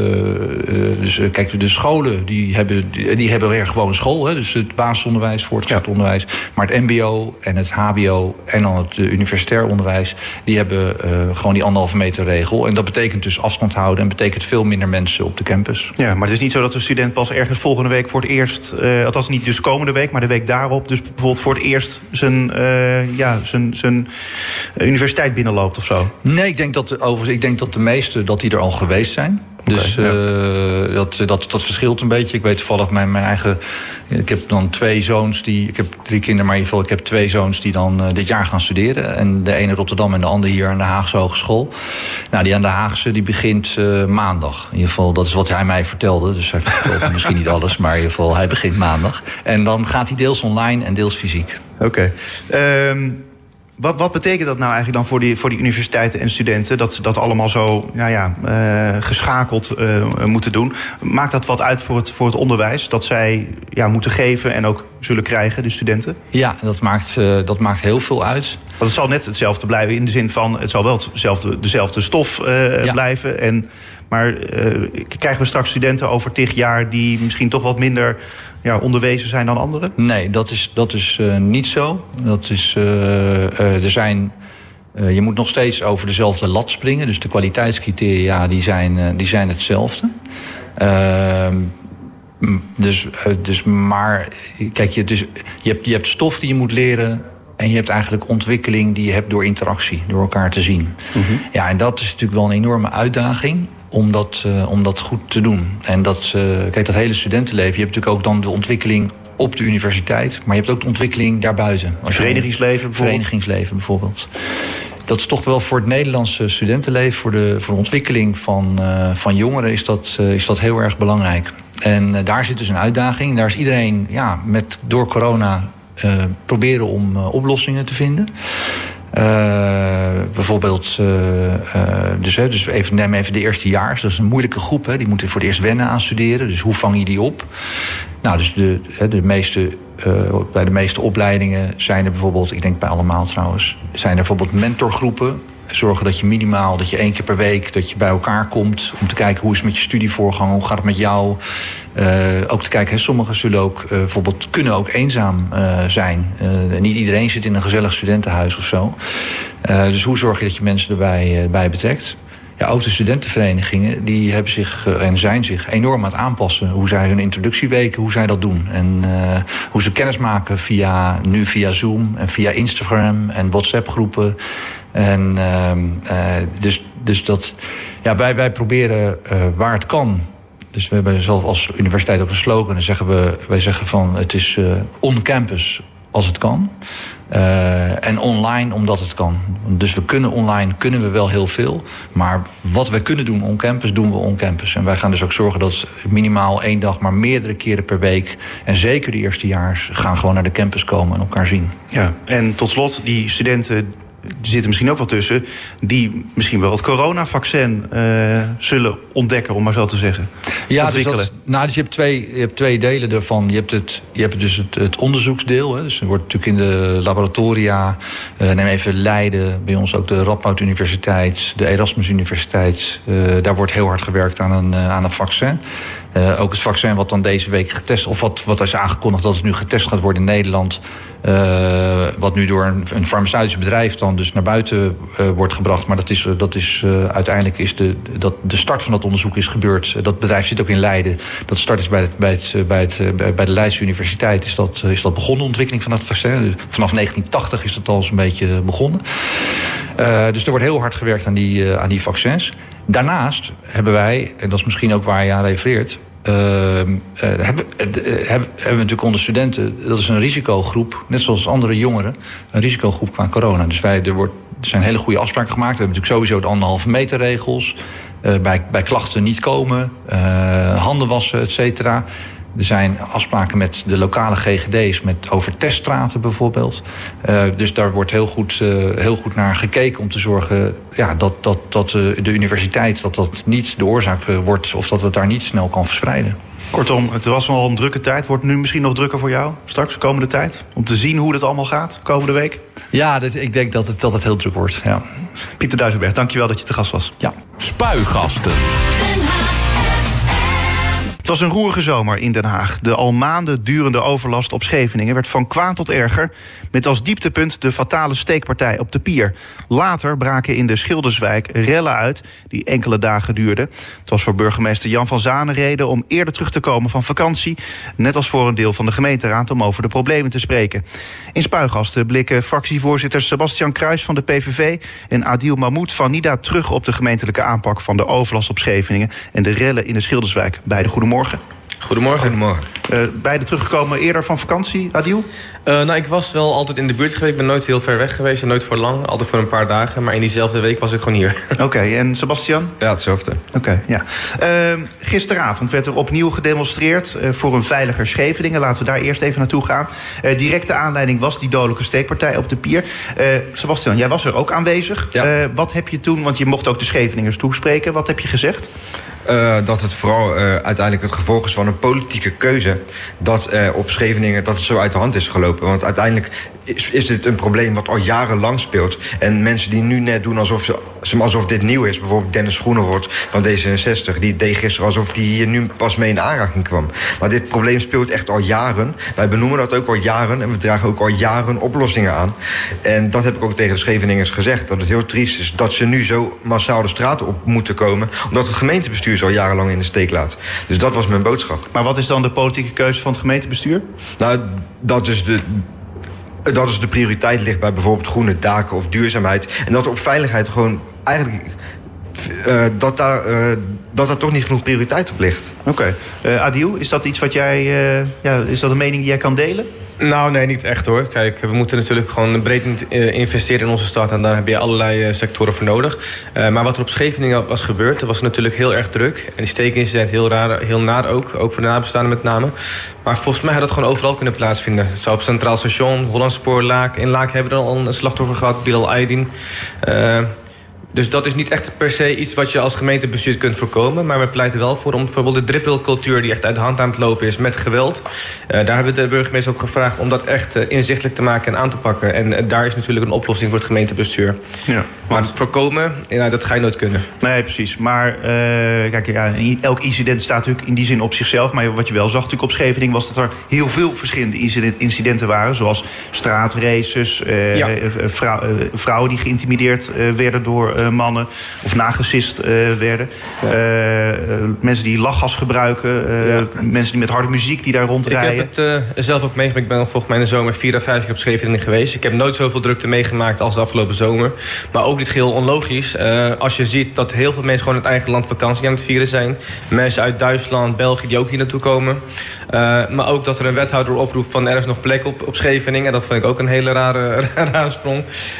Dus kijk, de scholen die hebben weer gewoon school. Hè. Dus het basisonderwijs, voortgezet onderwijs. Maar het mbo en het hbo en dan het universitair onderwijs, die hebben gewoon die 1,5 meter regel. En dat betekent dus afstand houden en betekent veel minder mensen op de campus. Ja, maar het is niet zo dat de student pas ergens volgende week voor het eerst, althans niet dus komende week, maar de week daarop, dus bijvoorbeeld voor het eerst zijn universiteit binnenloopt of zo? Nee, ik denk dat de meesten dat die er al geweest zijn. Dus dat verschilt een beetje. Ik weet toevallig mijn eigen. Ik heb dan 2 zoons ik heb 3 kinderen, maar in ieder geval, ik heb 2 zoons die dan dit jaar gaan studeren. En de ene in Rotterdam en de andere hier aan de Haagse Hogeschool. Nou, die aan de Haagse die begint maandag. In ieder geval, dat is wat hij mij vertelde. Dus hij vertelde misschien niet alles, maar in ieder geval, hij begint maandag. En dan gaat hij deels online en deels fysiek. Oké. Wat betekent dat nou eigenlijk dan voor die universiteiten en studenten, dat ze dat allemaal zo geschakeld moeten doen? Maakt dat wat uit voor het onderwijs dat zij moeten geven en ook zullen krijgen, de studenten? Ja, dat maakt heel veel uit. Want het zal net hetzelfde blijven in de zin van, het zal wel dezelfde stof blijven. Maar krijgen we straks studenten over 10 jaar die misschien toch wat minder onderwezen zijn dan anderen? Nee, dat is niet zo. Je moet nog steeds over dezelfde lat springen. Dus de kwaliteitscriteria die zijn hetzelfde. Maar kijk, je hebt stof die je moet leren. En je hebt eigenlijk ontwikkeling die je hebt door interactie, door elkaar te zien. Mm-hmm. Ja, en dat is natuurlijk wel een enorme uitdaging om dat goed te doen. En kijk, dat hele studentenleven, je hebt natuurlijk ook dan de ontwikkeling op de universiteit, maar je hebt ook de ontwikkeling daarbuiten. Verenigingsleven bijvoorbeeld. Dat is toch wel voor het Nederlandse studentenleven, voor de ontwikkeling van jongeren is dat heel erg belangrijk. En daar zit dus een uitdaging. Daar is iedereen door corona proberen om oplossingen te vinden. Bijvoorbeeld, dus neem even de eerstejaars. Dat is een moeilijke groep. Hè. Die moeten voor het eerst wennen aan studeren. Dus hoe vang je die op? Nou, dus bij de meeste opleidingen zijn er bijvoorbeeld, ik denk bij allemaal trouwens, zijn er bijvoorbeeld mentorgroepen. Zorgen dat je minimaal, dat je 1 keer per week dat je bij elkaar komt om te kijken hoe is het met je studievoorgang, hoe gaat het met jou. Ook te kijken, sommigen zullen ook bijvoorbeeld kunnen ook eenzaam zijn. Niet iedereen zit in een gezellig studentenhuis of zo. Dus hoe zorg je dat je mensen erbij betrekt? Ja, ook de studentenverenigingen die hebben zich en zijn zich enorm aan het aanpassen. Hoe zij hun introductieweken, hoe zij dat doen. En hoe ze kennis maken via Zoom en via Instagram en WhatsApp groepen. En dus dat, wij proberen waar het kan. Dus we hebben zelf als universiteit ook een slogan. Wij zeggen van het is on-campus als het kan. En online omdat het kan. Dus kunnen we wel heel veel. Maar wat we kunnen doen on-campus, doen we on-campus. En wij gaan dus ook zorgen dat minimaal 1 dag, maar meerdere keren per week, en zeker de eerstejaars, gaan gewoon naar de campus komen en elkaar zien. Ja, en tot slot, die studenten, er zitten misschien ook wel tussen die misschien wel het coronavaccin zullen ontdekken, om maar zo te zeggen. Ja, dus je hebt twee delen ervan. Je hebt dus het onderzoeksdeel. Hè. Dus er wordt natuurlijk in de laboratoria, neem even Leiden, bij ons ook de Radboud Universiteit, de Erasmus Universiteit. Daar wordt heel hard gewerkt aan een vaccin. Ook het vaccin wat dan deze week getest, of wat is aangekondigd dat het nu getest gaat worden in Nederland. Wat nu door een farmaceutisch bedrijf dan dus naar buiten wordt gebracht. Maar uiteindelijk is de start van dat onderzoek is gebeurd. Dat bedrijf zit ook in Leiden. Dat start is bij de Leidse Universiteit is dat begonnen, de ontwikkeling van dat vaccin. Vanaf 1980 is dat al eens een beetje begonnen. Dus er wordt heel hard gewerkt aan die vaccins. Daarnaast hebben wij, en dat is misschien ook waar je aan refereert, hebben we natuurlijk onder studenten, dat is een risicogroep, net zoals andere jongeren, een risicogroep qua corona. Dus er zijn hele goede afspraken gemaakt. We hebben natuurlijk sowieso de 1,5 meter regels. Bij klachten niet komen, handen wassen, et cetera. Er zijn afspraken met de lokale GGD's over teststraten bijvoorbeeld. Dus daar wordt heel goed naar gekeken om te zorgen dat de universiteit dat niet de oorzaak wordt, of dat het daar niet snel kan verspreiden. Kortom, het was al een drukke tijd. Wordt het nu misschien nog drukker voor jou straks, de komende tijd? Om te zien hoe het allemaal gaat, komende week? Ja, ik denk dat het heel druk wordt. Ja. Pieter Duisenberg, dankjewel dat je te gast was. Ja. Spuigasten. Het was een roerige zomer in Den Haag. De al maanden durende overlast op Scheveningen werd van kwaad tot erger, met als dieptepunt de fatale steekpartij op de pier. Later braken in de Schilderswijk rellen uit die enkele dagen duurden. Het was voor burgemeester Jan van Zanen reden om eerder terug te komen van vakantie, net als voor een deel van de gemeenteraad om over de problemen te spreken. In Spuigasten blikken fractievoorzitters Sebastian Kruijs van de PVV en Adil Mahmoud van NIDA terug op de gemeentelijke aanpak van de overlast op Scheveningen en de rellen in de Schilderswijk. Beide goedemorgen. Goedemorgen. Beide teruggekomen eerder van vakantie, Adil? Ik was wel altijd in de buurt geweest. Ik ben nooit heel ver weg geweest en nooit voor lang. Altijd voor een paar dagen. Maar in diezelfde week was ik gewoon hier. Oké, en Sebastian? Ja, hetzelfde. Oké, ja. Gisteravond werd er opnieuw gedemonstreerd voor een veiliger Scheveningen. Laten we daar eerst even naartoe gaan. Directe aanleiding was die dodelijke steekpartij op de pier. Sebastian, jij was er ook aanwezig. Ja. Wat heb je toen, want je mocht ook de Scheveningers toespreken. Wat heb je gezegd? Dat het vooral uiteindelijk het gevolg is van een politieke keuze, dat op Scheveningen dat het zo uit de hand is gelopen. Want uiteindelijk is dit een probleem wat al jarenlang speelt. En mensen die nu net doen alsof dit nieuw is, bijvoorbeeld Dennis Groenewoord van D66, die deed gisteren alsof die hier nu pas mee in aanraking kwam. Maar dit probleem speelt echt al jaren. Wij benoemen dat ook al jaren en we dragen ook al jaren oplossingen aan. En dat heb ik ook tegen de Scheveningers gezegd, dat het heel triest is dat ze nu zo massaal de straten op moeten komen, omdat het gemeentebestuur ze al jarenlang in de steek laat. Dus dat was mijn boodschap. Maar wat is dan de politieke keuze van het gemeentebestuur? Nou, dat is de prioriteit ligt bij bijvoorbeeld groene daken of duurzaamheid. En dat er op veiligheid gewoon eigenlijk dat daar toch niet genoeg prioriteit op ligt. Oké. Adil, is dat iets wat jij... is dat een mening die jij kan delen? Nou, nee, niet echt hoor. Kijk, we moeten natuurlijk gewoon breed investeren in onze stad. En daar heb je allerlei sectoren voor nodig. Maar wat er op Scheveningen was gebeurd, dat was natuurlijk heel erg druk. En die steekincident heel naar ook voor de nabestaanden met name. Maar volgens mij had het gewoon overal kunnen plaatsvinden. Het zou op Centraal Station, Hollandspoor, Laak. In Laak hebben we er al een slachtoffer gehad, Bilal Aydin. Dus dat is niet echt per se iets wat je als gemeentebestuur kunt voorkomen. Maar we pleiten wel voor om bijvoorbeeld de drippelcultuur die echt uit de hand aan het lopen is met geweld. Daar hebben we de burgemeester ook gevraagd om dat echt inzichtelijk te maken en aan te pakken. En daar is natuurlijk een oplossing voor het gemeentebestuur. Ja, want voorkomen, dat ga je nooit kunnen. Nee, precies. Maar kijk, elk incident staat natuurlijk in die zin op zichzelf. Maar wat je wel zag natuurlijk op Scheveningen was dat er heel veel verschillende incidenten waren. Zoals straatraces, vrouwen die geïntimideerd werden door mannen of nagesist werden. Mensen die lachgas gebruiken. Mensen die met harde muziek die daar rondrijden. Ik heb het zelf ook meegemaakt. Ik ben volgens mij in de zomer 4 à 5 keer op Scheveningen geweest. Ik heb nooit zoveel drukte meegemaakt als de afgelopen zomer. Maar ook dit geheel onlogisch. Als je ziet dat heel veel mensen gewoon in het eigen land vakantie aan het vieren zijn. Mensen uit Duitsland, België die ook hier naartoe komen. Maar ook dat er een wethouder oproept van er is nog plek op Scheveningen. Dat vind ik ook een hele rare sprong.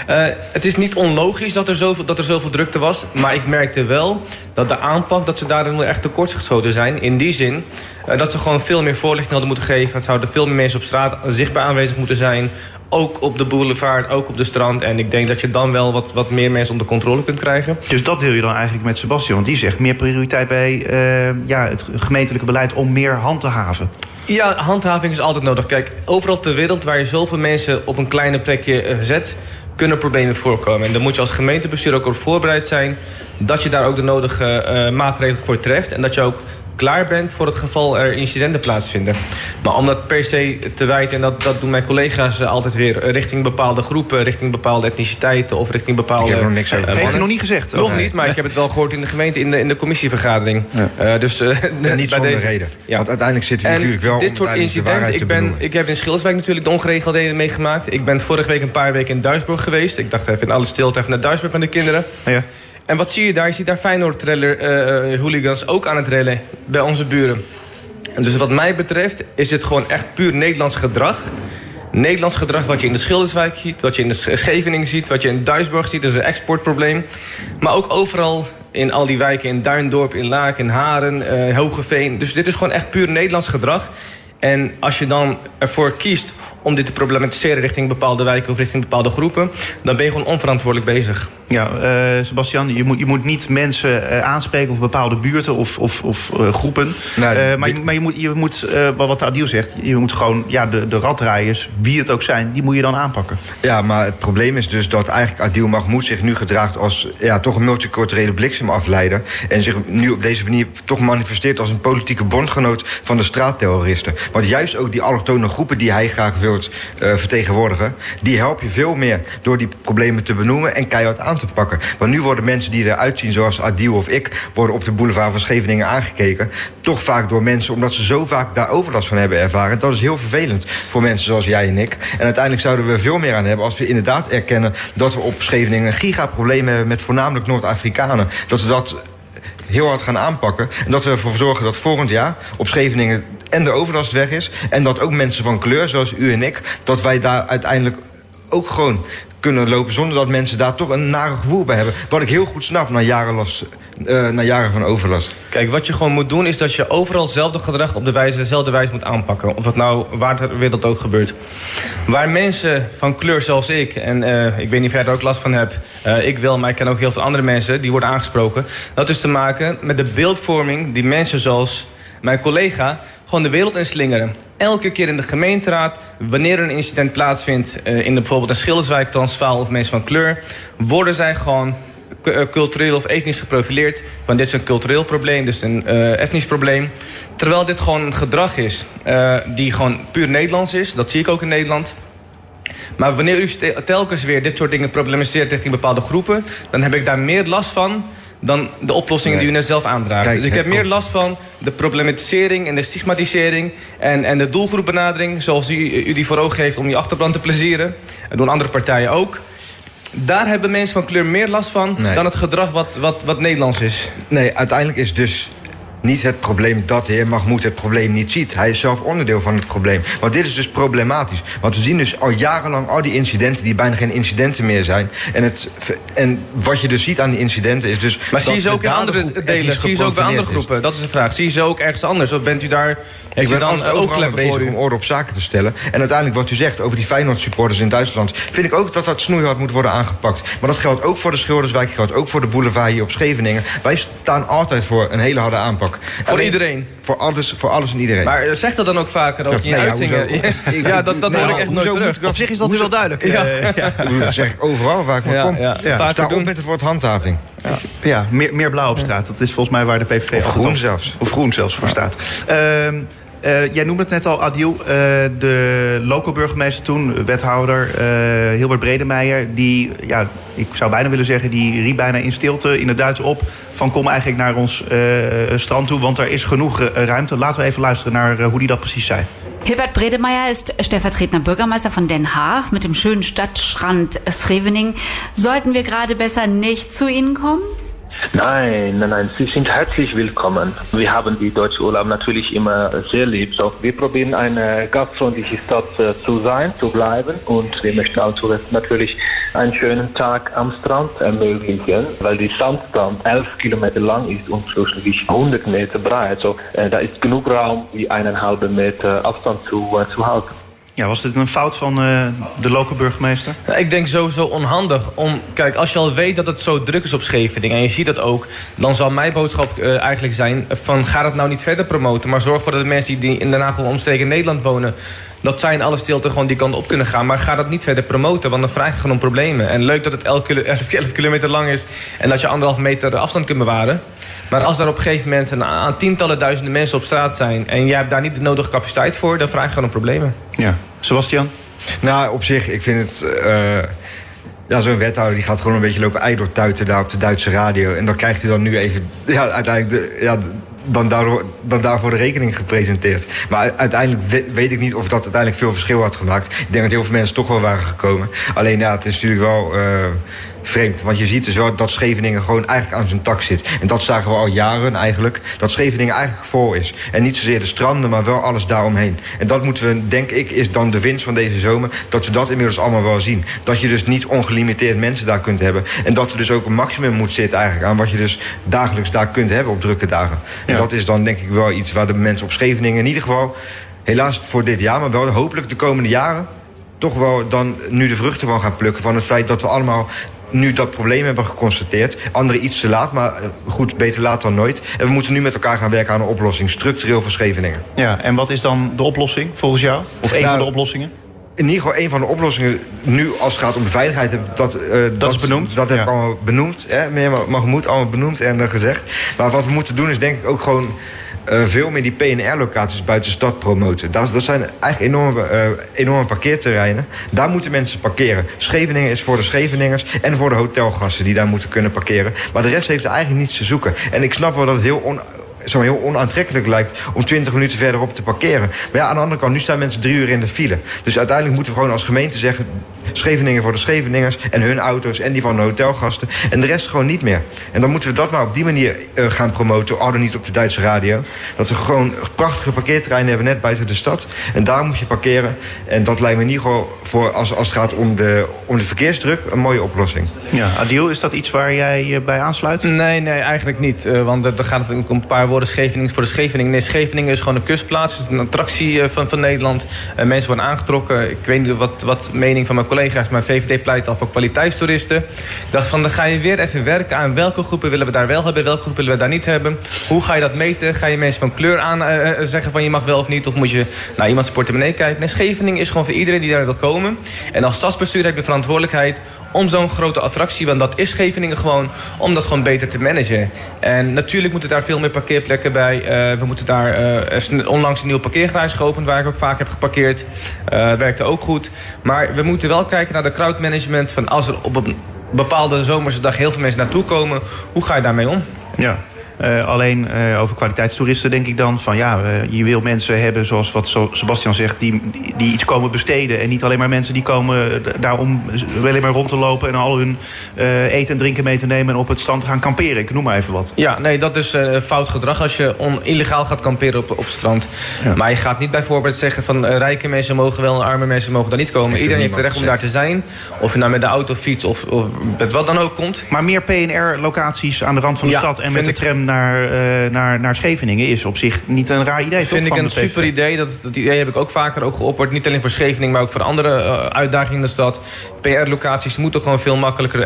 Het is niet onlogisch dat er zoveel drukte was. Maar ik merkte wel dat de aanpak, dat ze daarin echt tekortgeschoten zijn. In die zin dat ze gewoon veel meer voorlichting hadden moeten geven. Het zouden veel meer mensen op straat zichtbaar aanwezig moeten zijn. Ook op de boulevard, ook op de strand. En ik denk dat je dan wel wat meer mensen onder controle kunt krijgen. Dus dat deel je dan eigenlijk met Sebastian? Want die zegt meer prioriteit bij het gemeentelijke beleid om meer hand te haven. Ja, handhaving is altijd nodig. Kijk, overal ter wereld waar je zoveel mensen op een kleine plekje zet, kunnen problemen voorkomen. En dan moet je als gemeentebestuur ook op voorbereid zijn dat je daar ook de nodige maatregelen voor treft. En dat je ook klaar bent voor het geval er incidenten plaatsvinden. Maar om dat per se te wijten, en dat doen mijn collega's altijd weer, richting bepaalde groepen, richting bepaalde etniciteiten of richting bepaalde... Ik heb nog niks over. Heeft hij nog niet gezegd? Nog niet, maar ik heb het wel gehoord in de gemeente, in de commissievergadering. Ja. En niet zonder reden. Ja. Want uiteindelijk zitten we natuurlijk wel dit soort incidenten. Ik heb in Schilderswijk natuurlijk de ongeregeldheden meegemaakt. Ik ben vorige week een paar weken in Duisburg geweest. Ik dacht even in alle stilte even naar Duisburg met de kinderen. Ja. En wat zie je daar? Je ziet daar Feyenoord-hooligans ook aan het rellen bij onze buren. En dus wat mij betreft is het gewoon echt puur Nederlands gedrag. Nederlands gedrag wat je in de Schilderswijk ziet, wat je in de Scheveningen ziet, wat je in Duisburg ziet. Dat is een exportprobleem. Maar ook overal in al die wijken, in Duindorp, in Laak, in Haren, Hogeveen. Dus dit is gewoon echt puur Nederlands gedrag. En als je dan ervoor kiest om dit te problematiseren richting bepaalde wijken of richting bepaalde groepen, dan ben je gewoon onverantwoordelijk bezig. Ja, Sebastian, je moet niet mensen aanspreken of bepaalde buurten of groepen. Nee, maar je moet wat Adil zegt, je moet gewoon de radrijders, wie het ook zijn, die moet je dan aanpakken. Ja, maar het probleem is dus dat eigenlijk Adil Mahmoud zich nu gedraagt als toch een multiculturele bliksemafleider. En zich nu op deze manier toch manifesteert als een politieke bondgenoot van de straatterroristen. Want juist ook die allochtone groepen die hij graag wilt vertegenwoordigen, die help je veel meer door die problemen te benoemen en keihard aan te pakken. Want nu worden mensen die eruit zien zoals Adil of ik, worden op de boulevard van Scheveningen aangekeken. Toch vaak door mensen, omdat ze zo vaak daar overlast van hebben ervaren. Dat is heel vervelend voor mensen zoals jij en ik. En uiteindelijk zouden we er veel meer aan hebben als we inderdaad erkennen dat we op Scheveningen een gigaprobleem hebben met voornamelijk Noord-Afrikanen. Dat we dat heel hard gaan aanpakken. En dat we ervoor zorgen dat volgend jaar op Scheveningen en de overlast weg is. En dat ook mensen van kleur, zoals u en ik, dat wij daar uiteindelijk ook gewoon kunnen lopen zonder dat mensen daar toch een nare gevoel bij hebben. Wat ik heel goed snap na jaren van overlast. Kijk, wat je gewoon moet doen is dat je overal hetzelfde gedrag op dezelfde wijze moet aanpakken. Of het nou waar ter wereld ook gebeurt. Waar mensen van kleur zoals ik, en ik weet niet of jij er ook last van hebt, ik wel, maar ik ken ook heel veel andere mensen die worden aangesproken. Dat is te maken met de beeldvorming die mensen zoals mijn collega gewoon de wereld inslingeren. Elke keer in de gemeenteraad, wanneer er een incident plaatsvindt in bijvoorbeeld een Schilderswijk, Transvaal of mensen van kleur, worden zij gewoon cultureel of etnisch geprofileerd. Want dit is een cultureel probleem, dus een etnisch probleem. Terwijl dit gewoon een gedrag is die gewoon puur Nederlands is. Dat zie ik ook in Nederland. Maar wanneer u telkens weer dit soort dingen problematiseert richting bepaalde groepen, dan heb ik daar meer last van dan de oplossingen die u net zelf aandraagt. Dus ik heb meer last van de problematisering en de stigmatisering en de doelgroepbenadering, zoals u die voor ogen heeft om die achterban te plezieren. Dat doen andere partijen ook. Daar hebben mensen van kleur meer last van dan het gedrag wat Nederlands is. Nee, uiteindelijk is dus niet het probleem dat de heer Mahmoud het probleem niet ziet. Hij is zelf onderdeel van het probleem. Want dit is dus problematisch. Want we zien dus al jarenlang al die incidenten die bijna geen incidenten meer zijn. En wat je dus ziet aan die incidenten is dus... Maar zie je ze ook in andere delen? Zie je ze ook bij andere groepen? Dat is de vraag. Zie je ze ook ergens anders? Of bent u daar... Ik ben dan overal bezig om orde op zaken te stellen. En uiteindelijk wat u zegt over die Feyenoord-supporters in Duitsland... vind ik ook dat snoeihard moet worden aangepakt. Maar dat geldt ook voor de Schilderswijk, geldt ook voor de boulevard hier op Scheveningen. Wij staan altijd voor een hele harde aanpak. Voor iedereen? Voor alles en iedereen. Maar zeg dat dan ook vaker, ook in je uitingen? Dat hoor ik echt nooit terug. Op zich is dat nu wel duidelijk. Dat zeg ik overal waar ik maar kom. Sta op met het woord handhaving. Ja, meer blauw op straat. Dat is volgens mij waar de PVV... Of groen zelfs. Of groen zelfs voor staat. Jij noemde het net al, Adil. De loco-burgemeester toen, wethouder Hilbert Bredemeijer... die, ik zou bijna willen zeggen... die riep bijna in stilte in het Duits op... van kom eigenlijk naar ons strand toe... want er is genoeg ruimte. Laten we even luisteren naar hoe hij dat precies zei. Hilbert Bredemeijer ist stellvertretender Bürgermeister von Den Haag mit dem schönen Stadtstrand Scheveningen. Sollten wir gerade besser nicht zu Ihnen kommen? Nein, Sie sind herzlich willkommen. Wir haben die deutsche Urlaub natürlich immer sehr lieb. So, wir probieren eine gastfreundliche Stadt zu sein, zu bleiben. Und wir möchten auch natürlich einen schönen Tag am Strand ermöglichen, weil die Sandstrand 11 Kilometer lang ist und schlussendlich 100 Meter breit. So, da ist genug Raum, wie 1,5 Meter Afstand zu halten. Ja, was dit een fout van de lokale burgemeester? Ik denk sowieso onhandig. Kijk, als je al weet dat het zo druk is op Scheveningen... en je ziet dat ook, dan zal mijn boodschap eigenlijk zijn... van ga dat nou niet verder promoten... maar zorg ervoor dat de mensen die in Den Haag of omstreken in Nederland wonen... dat zij in alle stilte gewoon die kant op kunnen gaan. Maar ga dat niet verder promoten, want dan vraag je gewoon om problemen. En leuk dat het 11 kilometer lang is... en dat je 1,5 meter afstand kunt bewaren. Maar als daar op een gegeven moment aan tientallen duizenden mensen op straat zijn... en jij hebt daar niet de nodige capaciteit voor... dan vraag je gewoon om problemen. Ja. Sebastian? Nou, op zich, ik vind het... zo'n wethouder die gaat gewoon een beetje lopen eideltuiten daar op de Duitse radio. En dan krijgt hij dan nu even... uiteindelijk... Dan daarvoor de rekening gepresenteerd. Maar uiteindelijk weet ik niet of dat uiteindelijk veel verschil had gemaakt. Ik denk dat heel veel mensen toch wel waren gekomen. Alleen het is natuurlijk wel vreemd. Want je ziet dus wel dat Scheveningen gewoon eigenlijk aan zijn tak zit. En dat zagen we al jaren eigenlijk. Dat Scheveningen eigenlijk vol is. En niet zozeer de stranden, maar wel alles daaromheen. En dat moeten we, denk ik, is dan de winst van deze zomer. Dat we dat inmiddels allemaal wel zien. Dat je dus niet ongelimiteerd mensen daar kunt hebben. En dat er dus ook een maximum moet zitten eigenlijk aan wat je dus dagelijks daar kunt hebben op drukke dagen. Ja. En dat is dan denk ik wel iets waar de mensen op Scheveningen in ieder geval, helaas voor dit jaar, maar wel hopelijk de komende jaren, toch wel dan nu de vruchten van gaan plukken. Van het feit dat we allemaal nu dat probleem hebben geconstateerd. Anderen iets te laat, maar goed, beter laat dan nooit. En we moeten nu met elkaar gaan werken aan een oplossing. Structureel voor Scheveningen. Ja, en wat is dan de oplossing volgens jou? Of een van de oplossingen? In ieder geval een van de oplossingen nu als het gaat om de veiligheid. Dat is benoemd. Dat heb ik allemaal benoemd. Meneer Mahmoud allemaal benoemd en gezegd. Maar wat we moeten doen is denk ik ook gewoon veel meer die PNR-locaties buiten de stad promoten. Dat zijn eigenlijk enorme parkeerterreinen. Daar moeten mensen parkeren. Scheveningen is voor de Scheveningers en voor de hotelgasten die daar moeten kunnen parkeren. Maar de rest heeft er eigenlijk niets te zoeken. En ik snap wel dat het heel onaantrekkelijk lijkt om 20 minuten verderop te parkeren. Maar aan de andere kant, nu staan mensen 3 uur in de file. Dus uiteindelijk moeten we gewoon als gemeente zeggen, Scheveningen voor de Scheveningers en hun auto's en die van de hotelgasten. En de rest gewoon niet meer. En dan moeten we dat maar op die manier gaan promoten. Al dan niet op de Duitse radio. Dat we gewoon prachtige parkeerterreinen hebben net buiten de stad. En daar moet je parkeren. En dat lijkt me in ieder geval voor als het gaat om de verkeersdruk een mooie oplossing. Ja, Adil, is dat iets waar jij bij aansluit? Nee, eigenlijk niet. Want dan gaat het om een paar woorden Scheveningen voor de Scheveningen. Nee, Scheveningen is gewoon een kustplaats. Het is een attractie van Nederland. Mensen worden aangetrokken. Ik weet niet wat mening van mijn collega's, maar VVD pleit al voor kwaliteitstoeristen. Ik dacht van, dan ga je weer even werken aan welke groepen willen we daar wel hebben, welke groepen willen we daar niet hebben. Hoe ga je dat meten? Ga je mensen van kleur aan zeggen van je mag wel of niet? Of moet je naar iemands portemonnee kijken? Nee, Scheveningen is gewoon voor iedereen die daar wil komen. En als stadsbestuur heb je verantwoordelijkheid om zo'n grote attractie, want dat is Scheveningen gewoon, om dat gewoon beter te managen. En natuurlijk moeten daar veel meer parkeerplekken bij. We moeten daar onlangs een nieuwe parkeergarage geopend, waar ik ook vaak heb geparkeerd. Werkte ook goed. Maar we moeten wel kijken naar de crowdmanagement, van als er op een bepaalde zomerse dag heel veel mensen naartoe komen, hoe ga je daarmee om? Ja. Alleen over kwaliteitstoeristen denk ik dan van je wil mensen hebben zoals wat Sebastian zegt, die iets komen besteden. En niet alleen maar mensen die komen daar om alleen maar rond te lopen en al hun eten en drinken mee te nemen en op het strand te gaan kamperen. Ik noem maar even wat. Ja, nee, dat is fout gedrag als je illegaal gaat kamperen op het strand. Ja. Maar je gaat niet bijvoorbeeld zeggen van rijke mensen mogen wel en arme mensen mogen daar niet komen. Iedereen heeft het recht om daar te zijn. Of je nou met de auto, fiets of met wat dan ook komt. Maar meer PNR-locaties aan de rand van de stad en met de tram naar Scheveningen is op zich niet een raar idee. Vind ik een super idee. Dat idee heb ik ook vaker geopperd. Niet alleen voor Scheveningen, maar ook voor andere uitdagingen in de stad. PR-locaties moeten gewoon veel makkelijker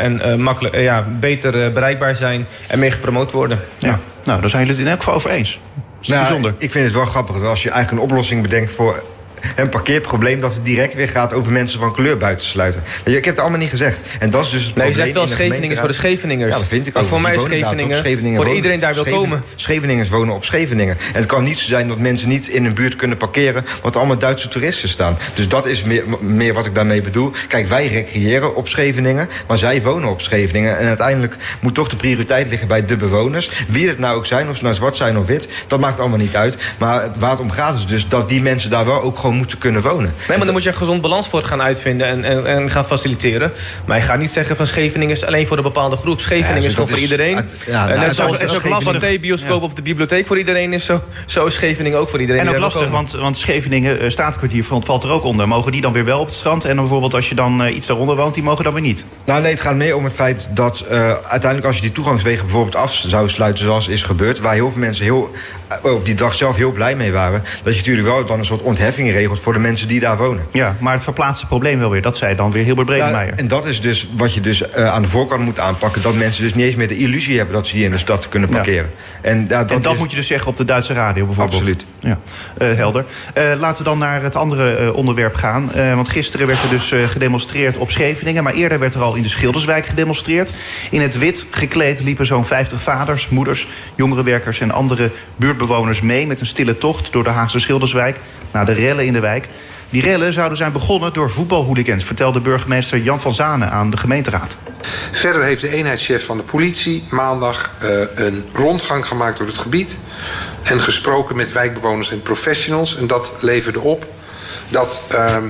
en beter bereikbaar zijn en meer gepromoot worden. Ja. Nou, daar zijn jullie het in elk geval over eens. Dat is bijzonder. Ik vind het wel grappig dat als je eigenlijk een oplossing bedenkt voor een parkeerprobleem, dat het direct weer gaat over mensen van kleur buitensluiten. Ik heb het allemaal niet gezegd. En dat is dus het probleem. Nee, je zegt wel Scheveningers voor de Scheveningers. Ja, dat vind ik ook. Maar voor mij is Scheveningen voor iedereen daar wil komen. Scheveningers wonen op Scheveningen. En het kan niet zo zijn dat mensen niet in een buurt kunnen parkeren, want allemaal Duitse toeristen staan. Dus dat is meer wat ik daarmee bedoel. Kijk, wij recreëren op Scheveningen, maar zij wonen op Scheveningen. En uiteindelijk moet toch de prioriteit liggen bij de bewoners. Wie het nou ook zijn, of ze nou zwart zijn of wit, dat maakt allemaal niet uit. Maar waar het om gaat is dus dat die mensen daar wel ook gewoon moeten kunnen wonen. Nee, maar dan moet je een gezond balans voor gaan uitvinden en gaan faciliteren. Maar je gaat niet zeggen van Scheveningen is alleen voor een bepaalde groep. Scheveningen is gewoon voor iedereen. Net zoals de T-bioscoop of de bibliotheek voor iedereen is, zo is Scheveningen ook voor iedereen. En ook lastig, want Scheveningen, Staatkwartier valt er ook onder. Mogen die dan weer wel op het strand? En bijvoorbeeld als je dan iets daaronder woont, die mogen dan weer niet? Nou nee, het gaat meer om het feit dat uiteindelijk als je die toegangswegen bijvoorbeeld af zou sluiten, zoals is gebeurd, waar heel veel mensen op die dag zelf heel blij mee waren, dat je natuurlijk wel dan een soort ontheffing regelt voor de mensen die daar wonen. Ja, maar het verplaatst het probleem wel weer. Dat zei dan weer Hilbert Bredemeijer. En dat is dus wat je dus aan de voorkant moet aanpakken. Dat mensen dus niet eens meer de illusie hebben dat ze hier in de stad kunnen parkeren. Ja. En dat moet je dus zeggen op de Duitse radio bijvoorbeeld. Absoluut. Ja. Helder. Laten we dan naar het andere onderwerp gaan. Want gisteren werd er dus gedemonstreerd op Scheveningen. Maar eerder werd er al in de Schilderswijk gedemonstreerd. In het wit gekleed liepen zo'n 50 vaders, moeders, jongerenwerkers en andere buurtbewoners mee met een stille tocht door de Haagse Schilderswijk naar de rellen in de wijk. Die rellen zouden zijn begonnen door voetbalhooligans, vertelde burgemeester Jan van Zanen aan de gemeenteraad. Verder heeft de eenheidschef van de politie maandag een rondgang gemaakt door het gebied en gesproken met wijkbewoners en professionals. En dat leverde op dat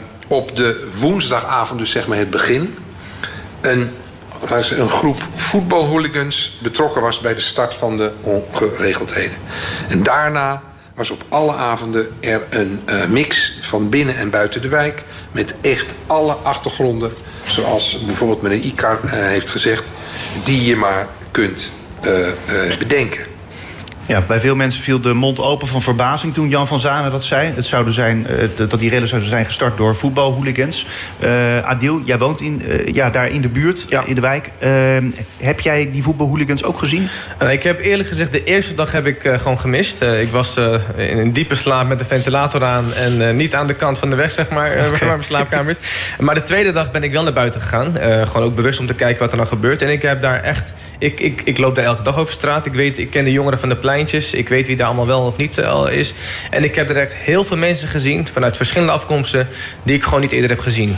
op de woensdagavond, dus zeg maar het begin, een groep voetbalhooligans betrokken was bij de start van de ongeregeldheden. En daarna was op alle avonden er een mix van binnen en buiten de wijk, met echt alle achtergronden, zoals bijvoorbeeld meneer Ikar heeft gezegd, die je maar kunt bedenken. Ja, bij veel mensen viel de mond open van verbazing toen Jan van Zanen dat zei. Het zouden zijn, dat die rellen zouden zijn gestart door voetbalhooligans. Adil, jij woont daar in de buurt, in de wijk. Heb jij die voetbalhooligans ook gezien? Ik heb eerlijk gezegd de eerste dag heb ik gewoon gemist. Ik was in een diepe slaap met de ventilator aan en niet aan de kant van de weg, zeg maar, waar mijn slaapkamer is. Maar de tweede dag ben ik wel naar buiten gegaan. Gewoon ook bewust om te kijken wat er nou gebeurt. En ik heb daar echt... Ik loop daar elke dag over straat. Ik ken de jongeren van de pleintjes. Ik weet wie daar allemaal wel of niet is. En ik heb direct heel veel mensen gezien vanuit verschillende afkomsten die ik gewoon niet eerder heb gezien.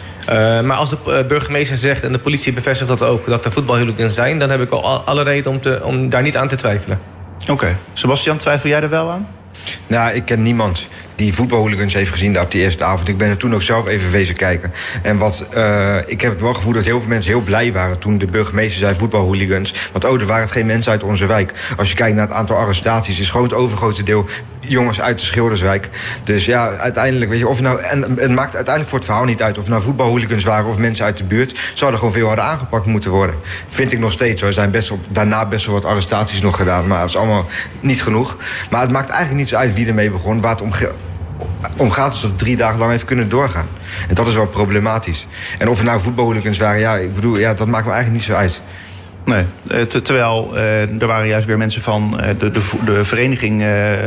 Maar als de burgemeester zegt en de politie bevestigt dat ook, dat er voetbalhooligans zijn, dan heb ik al alle reden om daar niet aan te twijfelen. Oké. Sebastian, twijfel jij er wel aan? Nou, ik ken niemand die voetbalhooligans heeft gezien daar op die eerste avond. Ik ben er toen ook zelf even wezen kijken. En ik heb het wel gevoel dat heel veel mensen heel blij waren toen de burgemeester zei voetbalhooligans. Want er waren geen mensen uit onze wijk. Als je kijkt naar het aantal arrestaties, is gewoon het overgrote deel jongens uit de Schilderswijk. Dus ja, uiteindelijk, weet je, en het maakt uiteindelijk voor het verhaal niet uit of nou voetbalhooligans waren of mensen uit de buurt. Zouden gewoon veel harder aangepakt moeten worden. Vind ik nog steeds zo. Er zijn daarna best wel wat arrestaties nog gedaan, maar dat is allemaal niet genoeg. Maar het maakt eigenlijk niet zo uit wie ermee begon. Waar het om gaat is dat het 3 dagen lang heeft kunnen doorgaan. En dat is wel problematisch. En of het nou voetbalhooligans waren, dat maakt me eigenlijk niet zo uit. Nee, terwijl er waren juist weer mensen van de vereniging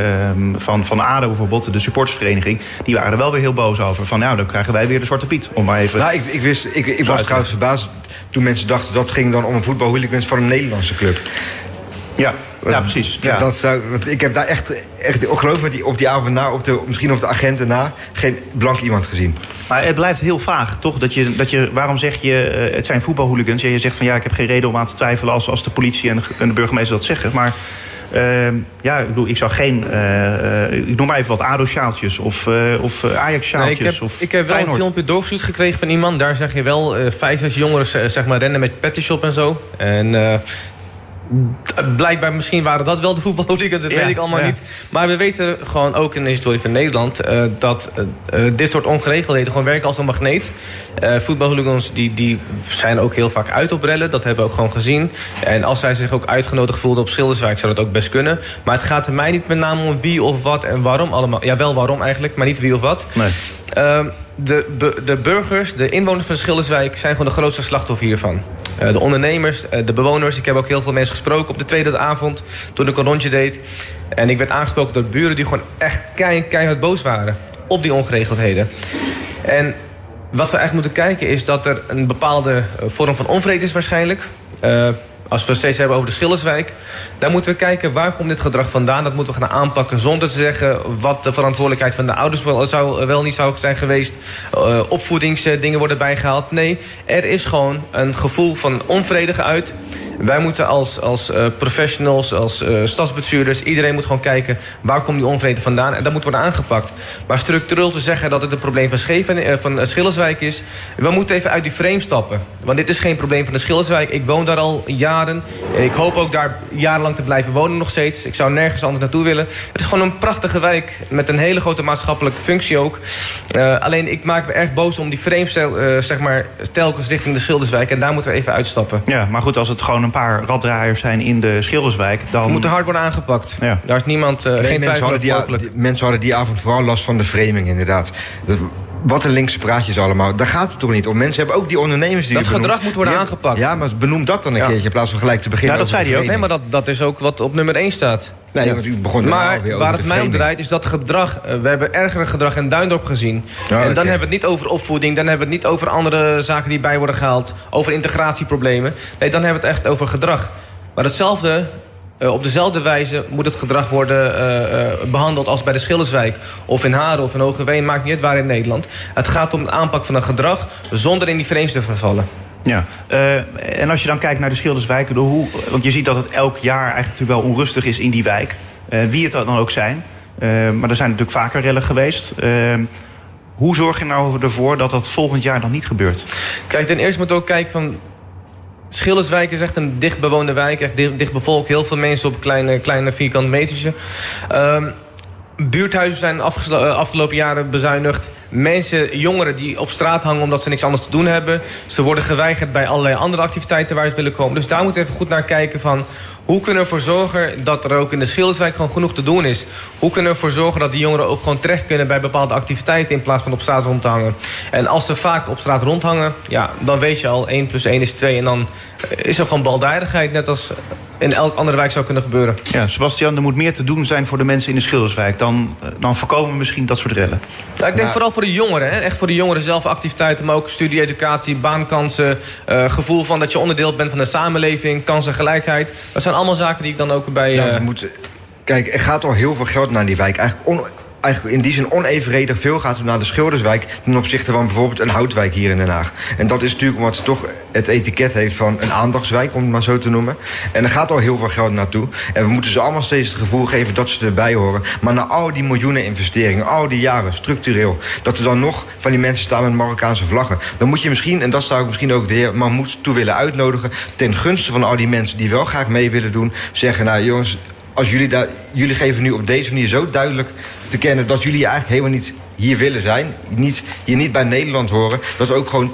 van ADO bijvoorbeeld, de supportersvereniging, die waren er wel weer heel boos over. Van dan krijgen wij weer de Zwarte Piet. Om maar even. Nou, ik was trouwens verbaasd toen mensen dachten dat ging dan om een voetbalhooligans van een Nederlandse club. Ja, precies. Ja. Ik heb daar echt geloof me, op die avond na, misschien op de agenten na, geen blank iemand gezien. Maar het blijft heel vaag, toch? Waarom zeg je, het zijn voetbalhooligans? Je zegt van ik heb geen reden om aan te twijfelen als de politie en de burgemeester dat zeggen. Maar Ik zou geen... ik noem maar even wat ADO-sjaaltjes of Ajax-sjaaltjes. Ik heb wel Feyenoord. een filmpje doorgestuurd gekregen van iemand. Daar zeg je wel 5, 6 jongeren zeg maar, rennen met pettyshop en zo. En... blijkbaar misschien waren dat wel de voetbalhooligans, dat weet ik allemaal niet. Maar we weten gewoon ook in de historie van Nederland... dat dit soort ongeregeldheden gewoon werken als een magneet. Voetbalhooligans die zijn ook heel vaak uit op rellen. Dat hebben we ook gewoon gezien. En als zij zich ook uitgenodigd voelden op Schilderswijk... zou dat ook best kunnen. Maar het gaat er mij niet met name om wie of wat en waarom allemaal. Ja, wel waarom eigenlijk, maar niet wie of wat. Nee. De burgers, de inwoners van Schilderswijk... zijn gewoon de grootste slachtoffer hiervan. De ondernemers, de bewoners. Ik heb ook heel veel mensen gesproken op de tweede avond... toen ik een rondje deed. En ik werd aangesproken door buren die gewoon echt keihard boos waren... op die ongeregeldheden. En wat we eigenlijk moeten kijken is dat er een bepaalde vorm van onvrede is waarschijnlijk... Als we het steeds hebben over de Schilderswijk... daar moeten we kijken waar komt dit gedrag vandaan. Dat moeten we gaan aanpakken zonder te zeggen... wat de verantwoordelijkheid van de ouders wel niet zou zijn geweest. Opvoedingsdingen worden bijgehaald. Nee, er is gewoon een gevoel van onvrede geuit. Wij moeten als professionals, als stadsbestuurders... iedereen moet gewoon kijken waar komt die onvrede vandaan. En dat moet worden aangepakt. Maar structureel te zeggen dat het een probleem van Schilderswijk is... we moeten even uit die frame stappen. Want dit is geen probleem van de Schilderswijk. Ik woon daar al jaren. Ik hoop ook daar jarenlang te blijven wonen nog steeds. Ik zou nergens anders naartoe willen. Het is gewoon een prachtige wijk met een hele grote maatschappelijke functie ook. Alleen ik maak me erg boos om die frame telkens richting de Schilderswijk. En daar moeten we even uitstappen. Ja, maar goed, als het gewoon een paar raddraaiers zijn in de Schilderswijk... dan moet er hard worden aangepakt. Ja. Daar is niemand, geen twijfel over mogelijk. Mensen hadden die avond vooral last van de framing, inderdaad. Wat een linkse praatjes allemaal. Daar gaat het toch niet om. Mensen hebben ook die ondernemers die... Dat gedrag moet worden aangepakt. Ja, maar benoem dat dan een keertje in plaats van gelijk te beginnen. Ja, dat zei hij ook. Nee, maar dat is ook wat op nummer 1 staat. Nee, want u begon maar weer waar over het mij om draait is dat gedrag... we hebben ergere gedrag in Duindorp gezien. Ja, en dan hebben we het niet over opvoeding... dan hebben we het niet over andere zaken die bij worden gehaald... over integratieproblemen. Nee, dan hebben we het echt over gedrag. Maar hetzelfde... op dezelfde wijze moet het gedrag worden behandeld als bij de Schilderswijk. Of in Haren of in Hogeveen, maakt niet uit waar in Nederland. Het gaat om de aanpak van een gedrag zonder in die frames te vervallen. Ja, en als je dan kijkt naar de Schilderswijk... want je ziet dat het elk jaar eigenlijk wel onrustig is in die wijk. Wie het dan ook zijn. Maar er zijn natuurlijk vaker rellen geweest... Hoe zorg je nou ervoor dat dat volgend jaar dan niet gebeurt? Kijk, ten eerste moet je ook kijken van... Schilderswijk is echt een dichtbewoonde wijk, echt dicht bevolkt. Heel veel mensen op kleine vierkante metertje. Buurthuizen zijn afgelopen jaren bezuinigd. Mensen, jongeren die op straat hangen omdat ze niks anders te doen hebben. Ze worden geweigerd bij allerlei andere activiteiten waar ze willen komen. Dus daar moeten we even goed naar kijken van... hoe kunnen we ervoor zorgen dat er ook in de Schilderswijk gewoon genoeg te doen is? Hoe kunnen we ervoor zorgen dat die jongeren ook gewoon terecht kunnen bij bepaalde activiteiten in plaats van op straat rond te hangen? En als ze vaak op straat rondhangen, ja, dan weet je al 1 + 1 = 2. En dan is er gewoon baldadigheid, net als in elk andere wijk zou kunnen gebeuren. Ja, Sebastian, er moet meer te doen zijn voor de mensen in de Schilderswijk. Dan voorkomen we misschien dat soort rellen. Ja, ik denk vooral voor de jongeren. Hè? Echt voor de jongeren zelf activiteiten, maar ook studie, educatie, baankansen. Gevoel van dat je onderdeel bent van de samenleving, kansengelijkheid. Dat zijn allemaal zaken die ik dan ook bij... Ja, we moeten... Kijk, er gaat al heel veel geld naar die wijk. Eigenlijk in die zin onevenredig veel gaat het naar de Schilderswijk... ten opzichte van bijvoorbeeld een Houtwijk hier in Den Haag. En dat is natuurlijk omdat het toch het etiket heeft van een aandachtswijk... om het maar zo te noemen. En er gaat al heel veel geld naartoe. En we moeten ze allemaal steeds het gevoel geven dat ze erbij horen. Maar na al die miljoenen investeringen, al die jaren, structureel... dat er dan nog van die mensen staan met Marokkaanse vlaggen. Dan moet je misschien, en dat zou ik misschien ook de heer Mahmoud toe willen uitnodigen... ten gunste van al die mensen die wel graag mee willen doen... zeggen, nou jongens... Als jullie geven nu op deze manier zo duidelijk te kennen... dat jullie eigenlijk helemaal niet hier willen zijn. Hier niet bij Nederland horen. Dat is ook gewoon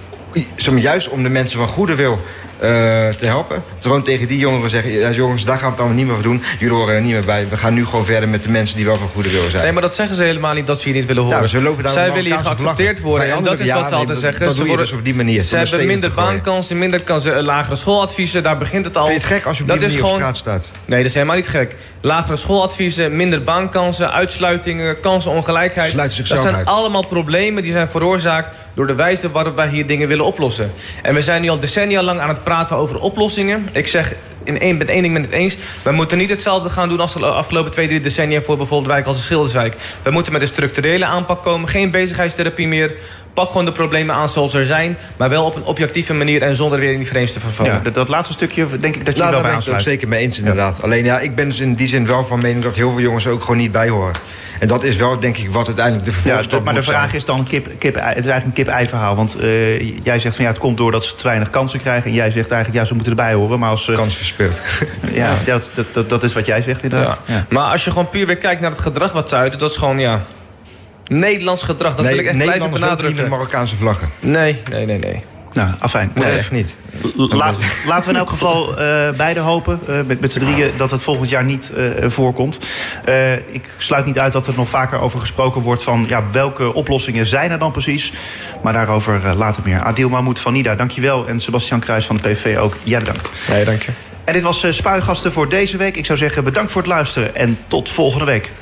juist om de mensen van goede wil te helpen. Gewoon tegen die jongeren zeggen... Ja, jongens, daar gaan we het allemaal niet meer voor doen. Jullie horen er niet meer bij. We gaan nu gewoon verder met de mensen die wel van goede wil zijn. Nee, maar dat zeggen ze helemaal niet dat ze hier niet willen horen. Ja, zij willen hier geaccepteerd worden. En dat is wat ze altijd zeggen. Dat doe je dus op die manier. Ze hebben minder baankansen, minder kansen, lagere schooladviezen. Daar begint het al. Vind je het gek als je op die manier op straat staat? Nee, dat is helemaal niet gek. Lagere schooladviezen, minder baankansen, uitsluitingen, kansenongelijkheid. Dat zijn allemaal problemen die zijn veroorzaakt door de wijze waarop wij hier dingen willen oplossen. En we zijn nu al decennia lang aan het praten over oplossingen. Ik zeg, ben één ding met het eens. We moeten niet hetzelfde gaan doen als de afgelopen 2-3 decennia... voor bijvoorbeeld wijk als de Schilderswijk. We moeten met een structurele aanpak komen. Geen bezigheidstherapie meer. pak gewoon de problemen aan zoals er zijn, maar wel op een objectieve manier en zonder weer in die frames te vervallen. Ja, dat laatste stukje denk ik dat je er wel bij aansluit. Daar ben ik het ook zeker mee eens, inderdaad. Alleen ja, ik ben dus in die zin wel van mening dat heel veel jongens ook gewoon niet bij horen. En dat is wel, denk ik, wat uiteindelijk de vervolgstap maar de vraag is dan, het is eigenlijk een kip-ei-verhaal. Want jij zegt van ja, het komt doordat ze te weinig kansen krijgen. En jij zegt eigenlijk, ja, ze moeten erbij horen. Maar als kans verspeeld. Ja, dat is wat jij zegt inderdaad. Ja. Ja. Maar als je gewoon puur weer kijkt naar het gedrag wat ze uiten, dat is gewoon, ja, Nederlands gedrag. Dat wil ik echt blijven benadrukken. Niet met Marokkaanse vlaggen. Nee. Nou, afijn. Nee, echt niet. Laten we in elk geval beide hopen, met z'n drieën, dat het volgend jaar niet voorkomt. Ik sluit niet uit dat er nog vaker over gesproken wordt van ja, welke oplossingen zijn er dan precies. Maar daarover later meer. Adil Mahmoud van NIDA, dankjewel. En Sebastian Kruijs van de PVV ook. Jij bedankt. Nee, dank je. En dit was Spuigasten voor deze week. Ik zou zeggen bedankt voor het luisteren en tot volgende week.